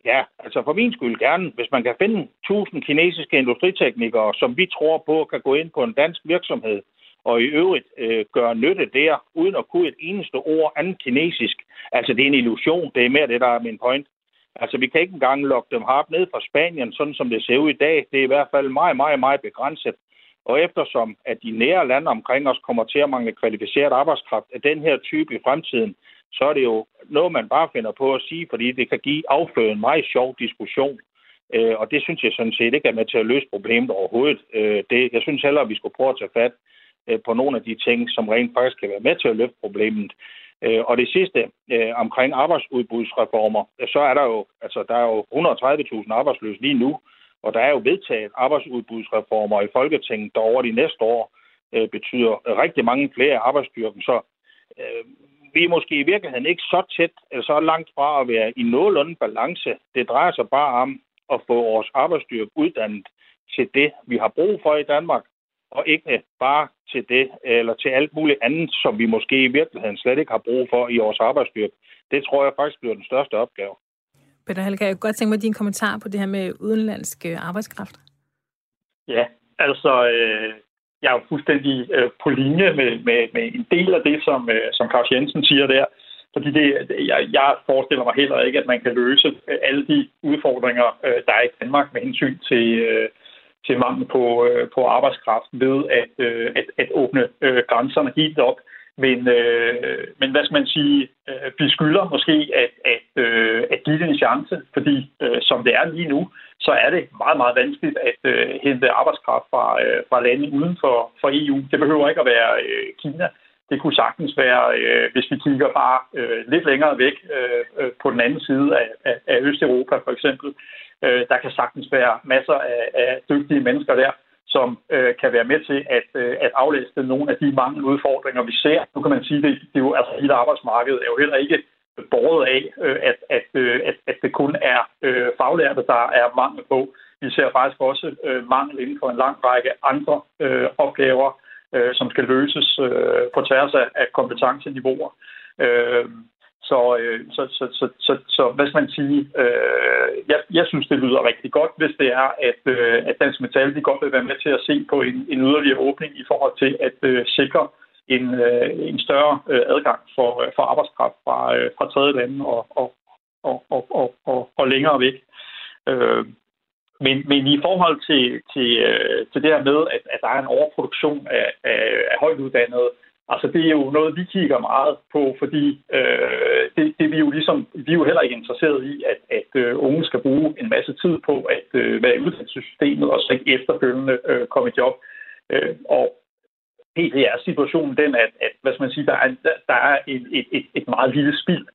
E: Ja, altså for min skyld gerne. Hvis man kan finde tusind kinesiske industriteknikere, som vi tror på kan gå ind på en dansk virksomhed, og i øvrigt øh, gøre nytte der, uden at kunne et eneste ord andet kinesisk. Altså det er en illusion, det er mere det, der er min point. Altså vi kan ikke engang lokke dem hardt ned fra Spanien, sådan som det ser ud i dag. Det er i hvert fald meget, meget, meget begrænset. Og eftersom at de nære lande omkring os kommer til at mangle kvalificeret arbejdskraft af den her type i fremtiden, så er det jo noget, man bare finder på at sige, fordi det kan give afføre en meget sjov diskussion. Øh, og det synes jeg sådan set ikke er med til at løse problemet overhovedet. Øh, det, jeg synes heller, at vi skulle prøve at tage fat øh, på nogle af de ting, som rent faktisk kan være med til at løfte problemet. Øh, og det sidste øh, omkring arbejdsudbudsreformer, så er der jo, altså, der er jo et hundrede og tredive tusind arbejdsløse lige nu, og der er jo vedtaget arbejdsudbudsreformer i Folketinget, der over de næste år øh, betyder rigtig mange flere arbejdsstyrken. Så øh, vi er måske i virkeligheden ikke så tæt eller så langt fra at være i nogenlunde balance. Det drejer sig bare om at få vores arbejdsstyrke uddannet til det, vi har brug for i Danmark, og ikke bare til det, eller til alt muligt andet, som vi måske i virkeligheden slet ikke har brug for i vores arbejdsstyrke. Det tror jeg faktisk bliver den største opgave.
A: Peter Halker, jeg kunne godt tænke mig din kommentar på det her med udenlandsk arbejdskraft.
D: Ja, altså, øh, jeg er jo fuldstændig øh, på linje med, med, med en del af det, som, øh, som Claus Jensen siger der. Fordi det, jeg, jeg forestiller mig heller ikke, at man kan løse alle de udfordringer, øh, der er i Danmark med hensyn til, øh, til mangel på, øh, på arbejdskraft ved at, øh, at, at åbne øh, grænserne helt op. Men, øh, men hvad skal man sige, øh, vi skylder måske at, at, øh, at give det en chance, fordi øh, som det er lige nu, så er det meget, meget vanskeligt at øh, hente arbejdskraft fra, øh, fra lande uden for, for E U. Det behøver ikke at være øh, Kina. Det kunne sagtens være, øh, hvis vi kigger bare øh, lidt længere væk øh, på den anden side af, af, af Østeuropa for eksempel. Øh, der kan sagtens være masser af, af dygtige mennesker der, som øh, kan være med til at, øh, at aflæse nogle af de mange udfordringer, vi ser. Nu kan man sige, at det, det er jo, altså, hele arbejdsmarkedet er jo heller ikke båret af, øh, at, at, øh, at, at det kun er øh, faglærte, der er mangel på. Vi ser faktisk også øh, mangel inden for en lang række andre øh, opgaver, øh, som skal løses øh, på tværs af, af kompetenceniveauer. Øh, Så, øh, så, så, så, så, så hvad skal man sige? Øh, jeg, jeg synes, det lyder rigtig godt, hvis det er, at, øh, at Dansk Metal de godt vil være med til at se på en, en yderligere åbning i forhold til at øh, sikre en, øh, en større øh, adgang for, øh, for arbejdskraft fra, øh, fra tredje lande og, og, og, og, og, og, og længere væk. Øh, men, men i forhold til, til, øh, til det her med, at, at der er en overproduktion af, af, af højtuddannede, altså, det er jo noget, vi kigger meget på, fordi øh, det, det vi jo ligesom, vi er jo heller ikke interesseret i, at, at øh, unge skal bruge en masse tid på at øh, være i uddannelsessystemet og så ikke efterfølgende øh, komme i job. Øh, og det er situationen den, at, at hvad skal man sige, der er, der er et, et, et, et meget lille spild.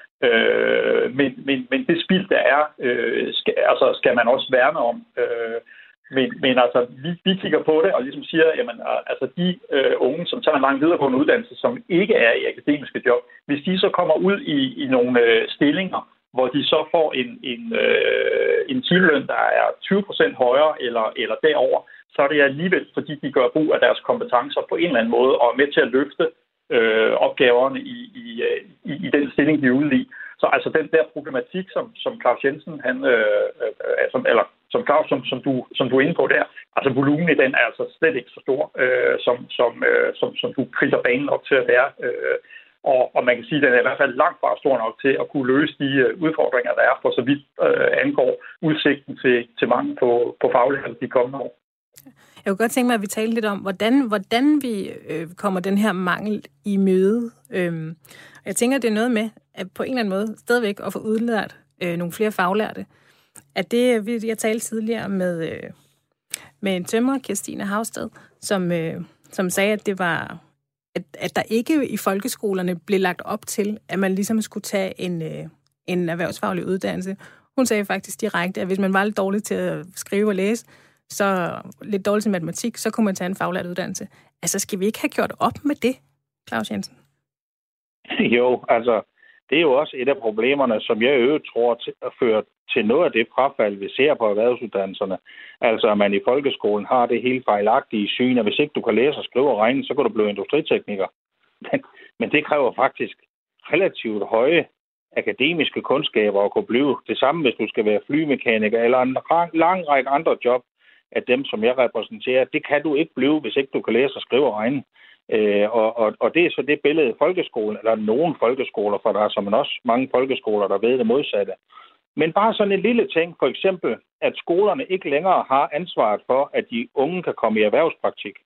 D: Øh, men, men, men det spild, der er, øh, skal, altså, skal man også værne om. Øh, Men, men altså, vi, vi kigger på det og ligesom siger, jamen, altså de øh, unge, som tager en lang videregående uddannelse, som ikke er i akademiske job, hvis de så kommer ud i, i nogle øh, stillinger, hvor de så får en, en, øh, en timeløn, der er tyve procent højere eller, eller derover, så er det alligevel, fordi de gør brug af deres kompetencer på en eller anden måde og er med til at løfte øh, opgaverne i, i, i, i den stilling, de er ude i. Så altså den der problematik, som, som Claus Jensen, han, øh, øh, som, eller som Claus, som, som, du, som du er inde på der, altså volumen i den er altså slet ikke så stor, øh, som, som, øh, som, som du kridter banen op til at være. Øh, og, og man kan sige, at den er i hvert fald langt fra stor nok til at kunne løse de øh, udfordringer, der er for så vidt øh, angår udsigten til, til mange på, på faglighed de kommende år.
A: Jeg kunne godt tænke mig, at vi taler lidt om, hvordan, hvordan vi øh, kommer den her mangel i møde. Øhm, jeg tænker, det er noget med, at på en eller anden måde stadigvæk at få udlært øh, nogle flere faglærte. At det, jeg talte tidligere med, øh, med en tømrer, Kirstine Havsted, som, øh, som sagde, at det var, at, at der ikke i folkeskolerne blev lagt op til, at man ligesom skulle tage en, øh, en erhvervsfaglig uddannelse. Hun sagde faktisk direkte, at hvis man var lidt dårlig til at skrive og læse, så lidt dårlig til matematik, så kunne man tage en faglært uddannelse. Altså, skal vi ikke have gjort op med det, Claus Jensen?
E: Jo, altså, det er jo også et af problemerne, som jeg i øvrigt tror til at føre til noget af det frafald, vi ser på erhvervsuddannelserne. Altså, at man i folkeskolen har det helt fejlagtige syn, at hvis ikke du kan læse og skrive og regne, så kan du blive industritekniker. Men, men det kræver faktisk relativt høje akademiske kundskaber og kunne blive det samme, hvis du skal være flymekaniker eller en lang, lang række andre job af dem, som jeg repræsenterer. Det kan du ikke blive, hvis ikke du kan læse og skrive og regne. Øh, og, og, og det er så det billede folkeskolen, eller nogle folkeskoler, for der er som også mange folkeskoler, der ved det modsatte. Men bare sådan en lille ting, for eksempel, at skolerne ikke længere har ansvaret for, at de unge kan komme i erhvervspraktik.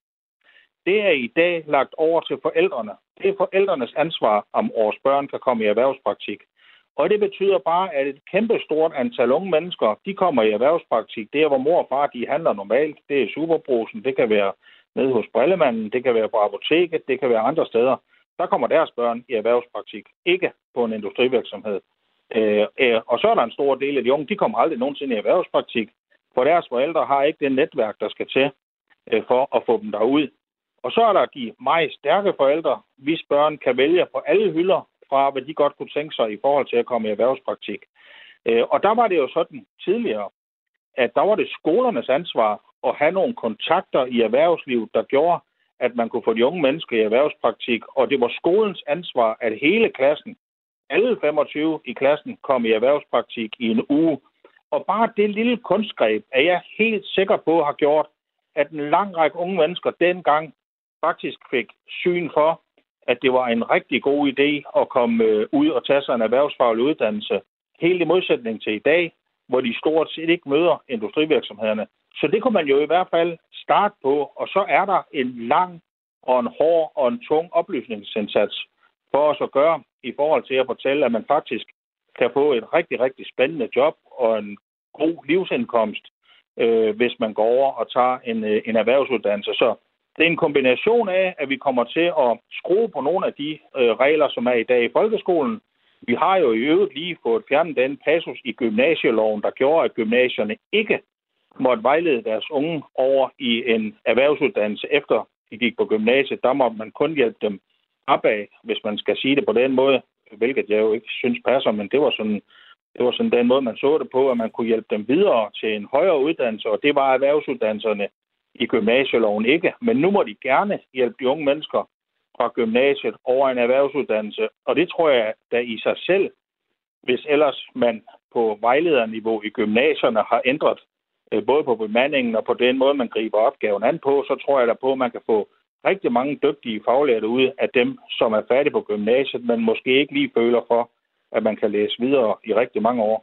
E: Det er i dag lagt over til forældrene. Det er forældrenes ansvar, om vores børn kan komme i erhvervspraktik. Og det betyder bare, at et kæmpestort antal unge mennesker, de kommer i erhvervspraktik. Det er, hvor mor og far, de handler normalt. Det er Superbrusen, det kan være nede hos Brillemanden, det kan være på apoteket, det kan være andre steder. Der kommer deres børn i erhvervspraktik, ikke på en industrivirksomhed. Øh, øh, og så er der en stor del af de unge, de kommer aldrig nogensinde i erhvervspraktik, for deres forældre har ikke det netværk, der skal til øh, for at få dem derud. Og så er der de meget stærke forældre, hvis børn kan vælge på alle hylder fra, hvad de godt kunne tænke sig i forhold til at komme i erhvervspraktik. Øh, og der var det jo sådan tidligere, at der var det skolernes ansvar at have nogle kontakter i erhvervslivet, der gjorde, at man kunne få de unge mennesker i erhvervspraktik, og det var skolens ansvar, at hele klassen, alle femogtyve i klassen, kom i erhvervspraktik i en uge. Og bare det lille kunstgreb er jeg helt sikker på har gjort, at en lang række unge mennesker dengang faktisk fik syn for, at det var en rigtig god idé at komme ud og tage sig en erhvervsfaglig uddannelse. Helt i modsætning til i dag, hvor de stort set ikke møder industrivirksomhederne. Så det kunne man jo i hvert fald starte på, og så er der en lang og en hård og en tung oplysningsindsats for os at gøre i forhold til at fortælle, at man faktisk kan få et rigtig, rigtig spændende job og en god livsindkomst, øh, hvis man går over og tager en, en erhvervsuddannelse. Så det er en kombination af, at vi kommer til at skrue på nogle af de øh, regler, som er i dag i folkeskolen. Vi har jo i øvrigt lige fået fjernet den passus i gymnasieloven, der gjorde, at gymnasierne ikke måtte vejlede deres unge over i en erhvervsuddannelse efter de gik på gymnasiet. Der må man kun hjælpe dem opad, hvis man skal sige det på den måde, hvilket jeg jo ikke synes passer, men det var sådan, det var sådan den måde, man så det på, at man kunne hjælpe dem videre til en højere uddannelse, og det var erhvervsuddannelserne i gymnasieloven ikke. Men nu må de gerne hjælpe de unge mennesker fra gymnasiet over en erhvervsuddannelse, og det tror jeg, der i sig selv, hvis ellers man på vejlederniveau i gymnasierne har ændret både på bemandingen og på den måde, man griber opgaven an på, så tror jeg da på, at man kan få rigtig mange dygtige faglærte ud af dem, som er færdige på gymnasiet, men måske ikke lige føler for, at man kan læse videre i rigtig mange år.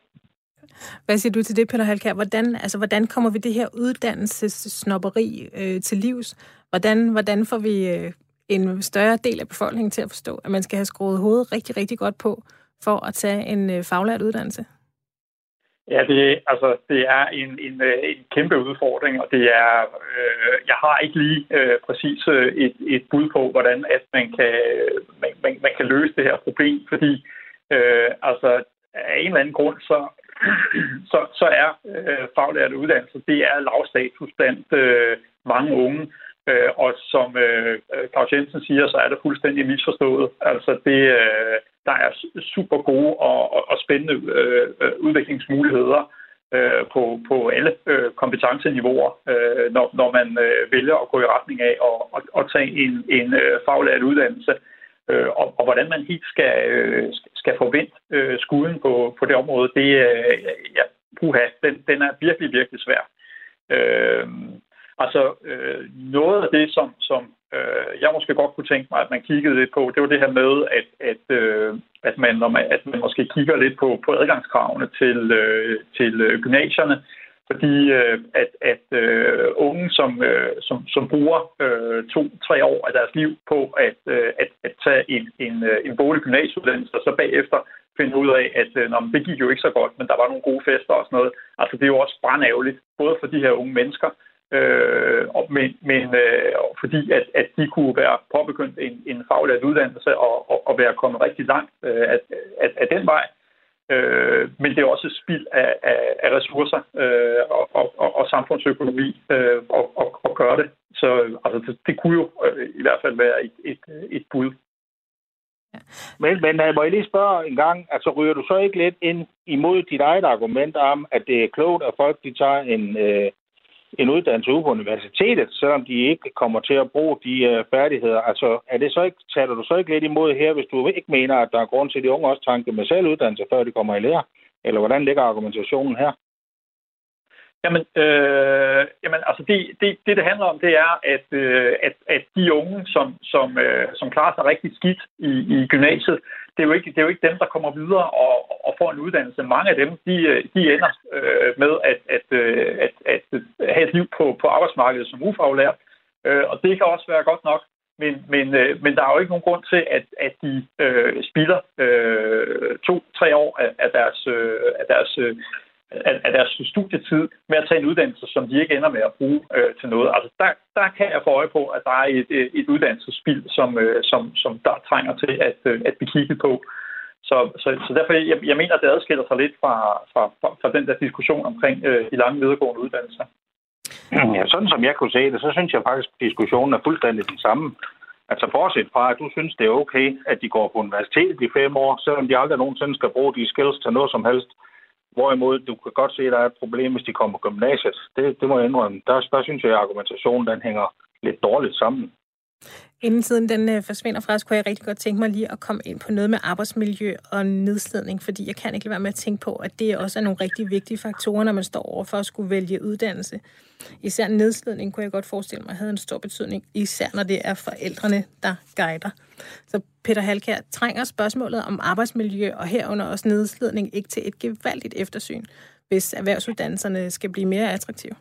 A: Hvad siger du til det, Peter Halkjær? Hvordan, altså, hvordan kommer vi det her uddannelsessnobberi øh, til livs? Hvordan, hvordan får vi øh, en større del af befolkningen til at forstå, at man skal have skruet hovedet rigtig, rigtig godt på for at tage en øh, faglært uddannelse?
D: Ja, det, altså, det er en, en, en kæmpe udfordring, og det er, øh, jeg har ikke lige øh, præcis et, et bud på, hvordan at man, kan, man, man, man kan løse det her problem, fordi øh, altså, af en eller anden grund, så, så, så er øh, faglærte uddannelser, det er lavstatus blandt øh, mange unge, øh, og som øh, Claus Jensen siger, så er det fuldstændig misforstået. Altså, det øh, der er super gode og, og, og spændende øh, udviklingsmuligheder øh, på, på alle øh, kompetenceniveauer, øh, når, når man øh, vælger at gå i retning af at, at, at tage en, en øh, faglært uddannelse. Øh, og, og hvordan man helt skal, øh, skal forvente øh, skuden på, på det område, det øh, ja, puha, den, den er virkelig, virkelig svær. Øh, altså, øh, noget af det, som, som jeg måske godt kunne tænke mig, at man kiggede lidt på, det var det her med, at, at, at, man, når man, at man måske kigger lidt på, på adgangskravene til, til gymnasierne, fordi at, at unge, som, som, som bruger to-tre år af deres liv på at, at, at tage en, en, en bolig gymnasieuddannelse, og så bagefter finde ud af, at nå, det gik jo ikke så godt, men der var nogle gode fester og sådan noget. Altså, det er jo også brandærgerligt, både for de her unge mennesker, Øh, men men øh, fordi at, at de kunne være påbegyndt en, en faglært uddannelse og, og, og være kommet rigtig langt øh, af, af, af den vej. Øh, men det er også et spild af, af, af ressourcer øh, og, og, og samfundsøkonomi øh, og, og, og gøre det. Så altså, det, det kunne jo øh, i hvert fald være et, et, et bud.
E: Men, men må jeg lige spørge en gang, altså ryger du så ikke lidt ind imod dit eget argument om, at det er klogt, at folk de tager en... Øh en uddannelse ude på universitetet, selvom de ikke kommer til at bruge de uh, færdigheder. Altså, er det så ikke, taler du så ikke lidt imod her, hvis du ikke mener, at der er grund til, at de unge også tager en gymnasial uddannelse, før de kommer i lære? Eller hvordan ligger argumentationen her?
D: Jamen, øh, jamen altså det, det, det, det handler om, det er, at, øh, at, at de unge, som, som, øh, som klarer sig rigtig skidt i, i gymnasiet, det er, jo ikke, det er jo ikke dem, der kommer videre og, og får en uddannelse. Mange af dem, de, de ender øh, med at, at, at, at, at have et liv på, på arbejdsmarkedet som ufaglært, øh, og det kan også være godt nok. Men, men, øh, men der er jo ikke nogen grund til, at, at de øh, spilder øh, to-tre år af, af deres... Øh, af deres øh, af deres studietid med at tage en uddannelse, som de ikke ender med at bruge øh, til noget. Altså, der, der kan jeg få øje på, at der er et, et uddannelsesspild, som, øh, som, som der trænger til at, øh, at blive kigget på. Så, så, så derfor, jeg, jeg mener, at det adskiller sig lidt fra, fra, fra, fra den der diskussion omkring øh, de lange videregående uddannelser.
E: Ja, sådan som jeg kunne se det, så synes jeg faktisk, at diskussionen er fuldstændig den samme. Altså bortset fra, at du synes, det er okay, at de går på universitetet i fem år, selvom de aldrig nogensinde skal bruge de skills til noget som helst. Hvorimod, du kan godt se, at der er et problem, hvis de kommer på gymnasiet. Det, det må jeg indrømme. Der, der synes jeg, at argumentationen den hænger lidt dårligt sammen.
A: Inden tiden den øh, forsvinder fra os, kunne jeg rigtig godt tænke mig lige at komme ind på noget med arbejdsmiljø og nedslidning, fordi jeg kan ikke lade være med at tænke på, at det også er nogle rigtig vigtige faktorer, når man står over for at skulle vælge uddannelse. Især nedslidning kunne jeg godt forestille mig havde en stor betydning, især når det er forældrene, der guider. Så Peter Halkjær, trænger spørgsmålet om arbejdsmiljø og herunder også nedslidning ikke til et gevaldigt eftersyn, hvis erhvervsuddannelserne skal blive mere attraktive?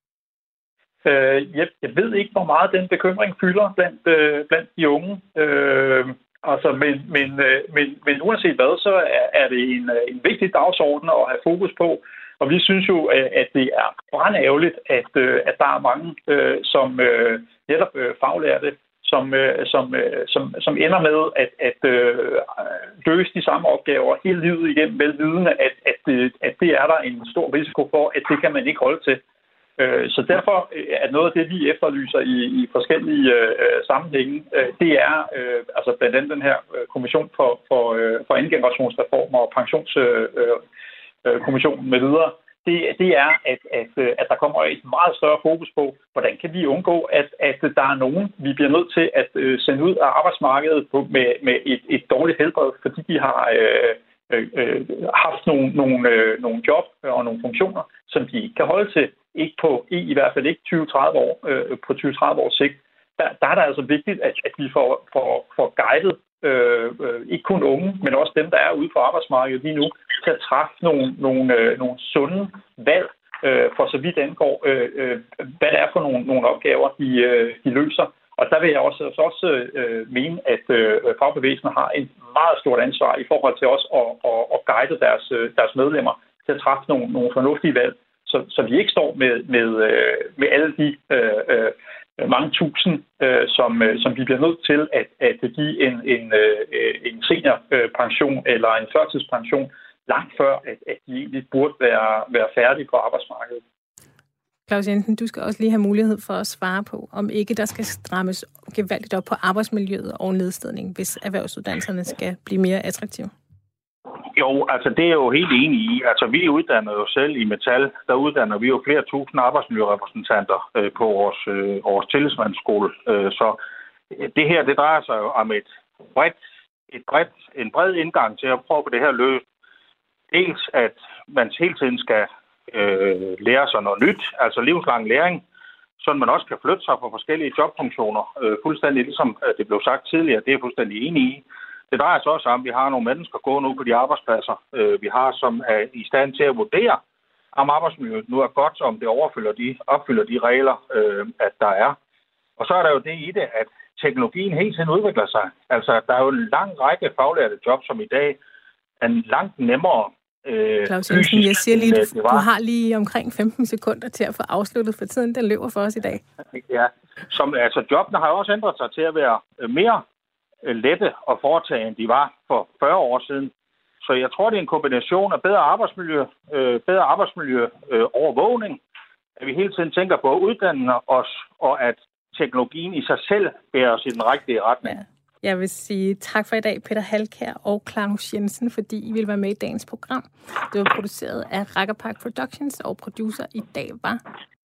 D: Øh, jeg, jeg ved ikke, hvor meget den bekymring fylder blandt, øh, blandt de unge. Øh, altså, men, men, øh, men, men uanset hvad, så er, er det en, en vigtig dagsorden at have fokus på. Og vi synes jo, at det er brandærgerligt, at, øh, at der er mange, øh, som øh, netop øh, faglærte, som, øh, som, øh, som, som ender med at, at øh, løse de samme opgaver hele livet igennem, velvidende, at, at, det, at det er der en stor risiko for, at det kan man ikke holde til. Så derfor er noget af det, vi efterlyser i, i forskellige øh, sammenhænge, øh, det er øh, altså blandt andet den her kommission for, for, øh, for anden generationsreformer og pensionskommissionen øh, med videre. Det, det er, at, at, at der kommer et meget større fokus på, hvordan kan vi undgå, at, at der er nogen, vi bliver nødt til at øh, sende ud af arbejdsmarkedet på, med, med et, et dårligt helbred, fordi de har øh, øh, haft nogle, nogle, øh, nogle job og nogle funktioner, som de ikke kan holde til. Ikke på, i, i hvert fald ikke tyve til tredive år, øh, på tyve til tredive års sigt. Der, der er det altså vigtigt, at, at vi får, får, får guidet øh, øh, ikke kun unge, men også dem, der er ude på arbejdsmarkedet lige nu, til at træffe nogle, nogle, øh, nogle sunde valg, øh, for så vidt angår, øh, øh, hvad det er for nogle, nogle opgaver, de, øh, de løser. Og der vil jeg også, også øh, mene, at øh, fagbevægelsen har et meget stort ansvar i forhold til også at, at, at guide deres, deres medlemmer til at træffe nogle, nogle fornuftige valg. Så, så vi ikke står med, med, med alle de øh, øh, mange tusind, øh, som, øh, som vi bliver nødt til at, at give en, en, øh, en seniorpension eller en førtidspension langt før, at, at de egentlig burde være, være færdige på arbejdsmarkedet.
A: Claus Jensen, du skal også lige have mulighed for at svare på, om ikke der skal strammes gevaldigt op på arbejdsmiljøet og nedslidning, hvis erhvervsuddannelserne skal blive mere attraktive.
E: Jo, altså det er jeg jo helt enig i. Altså vi uddanner jo selv i Metal, der uddanner vi jo flere tusind arbejdsmiljørepræsentanter øh, på vores, øh, vores tillidsmandsskole. Øh, så det her, det drejer sig jo om et bredt, et bredt, en bred indgang til at prøve på det her løst. Dels at man hele tiden skal øh, lære sig noget nyt, altså livslang læring, så man også kan flytte sig på forskellige jobfunktioner, øh, fuldstændig ligesom det blev sagt tidligere, det er jeg fuldstændig enig i. Det drejer sig også om, at vi har nogle mennesker gående ud på de arbejdspladser, øh, vi har, som er i stand til at vurdere, om arbejdsmiljøet nu er godt, om det overfylder de, opfylder de regler, øh, at der er. Og så er der jo det i det, at teknologien hele tiden udvikler sig. Altså, der er jo en lang række faglærte jobs, som i dag er langt nemmere øh,
A: Claus Jensen, jeg siger lige, du, du har lige omkring femten sekunder til at få afsluttet, for tiden den løber for os i dag.
E: Ja, som, altså jobbene har jo også ændret sig til at være mere lette at foretage, end de var for fyrre år siden. Så jeg tror, det er en kombination af bedre arbejdsmiljø, øh, bedre arbejdsmiljø øh, overvågning, at vi hele tiden tænker på at uddanne os, og at teknologien i sig selv bærer os i den rigtige retning.
A: Ja. Jeg vil sige tak for i dag, Peter Halkjær og Claus Jensen, fordi I ville være med i dagens program. Det var produceret af Rakkerpark Productions, og producer i dag var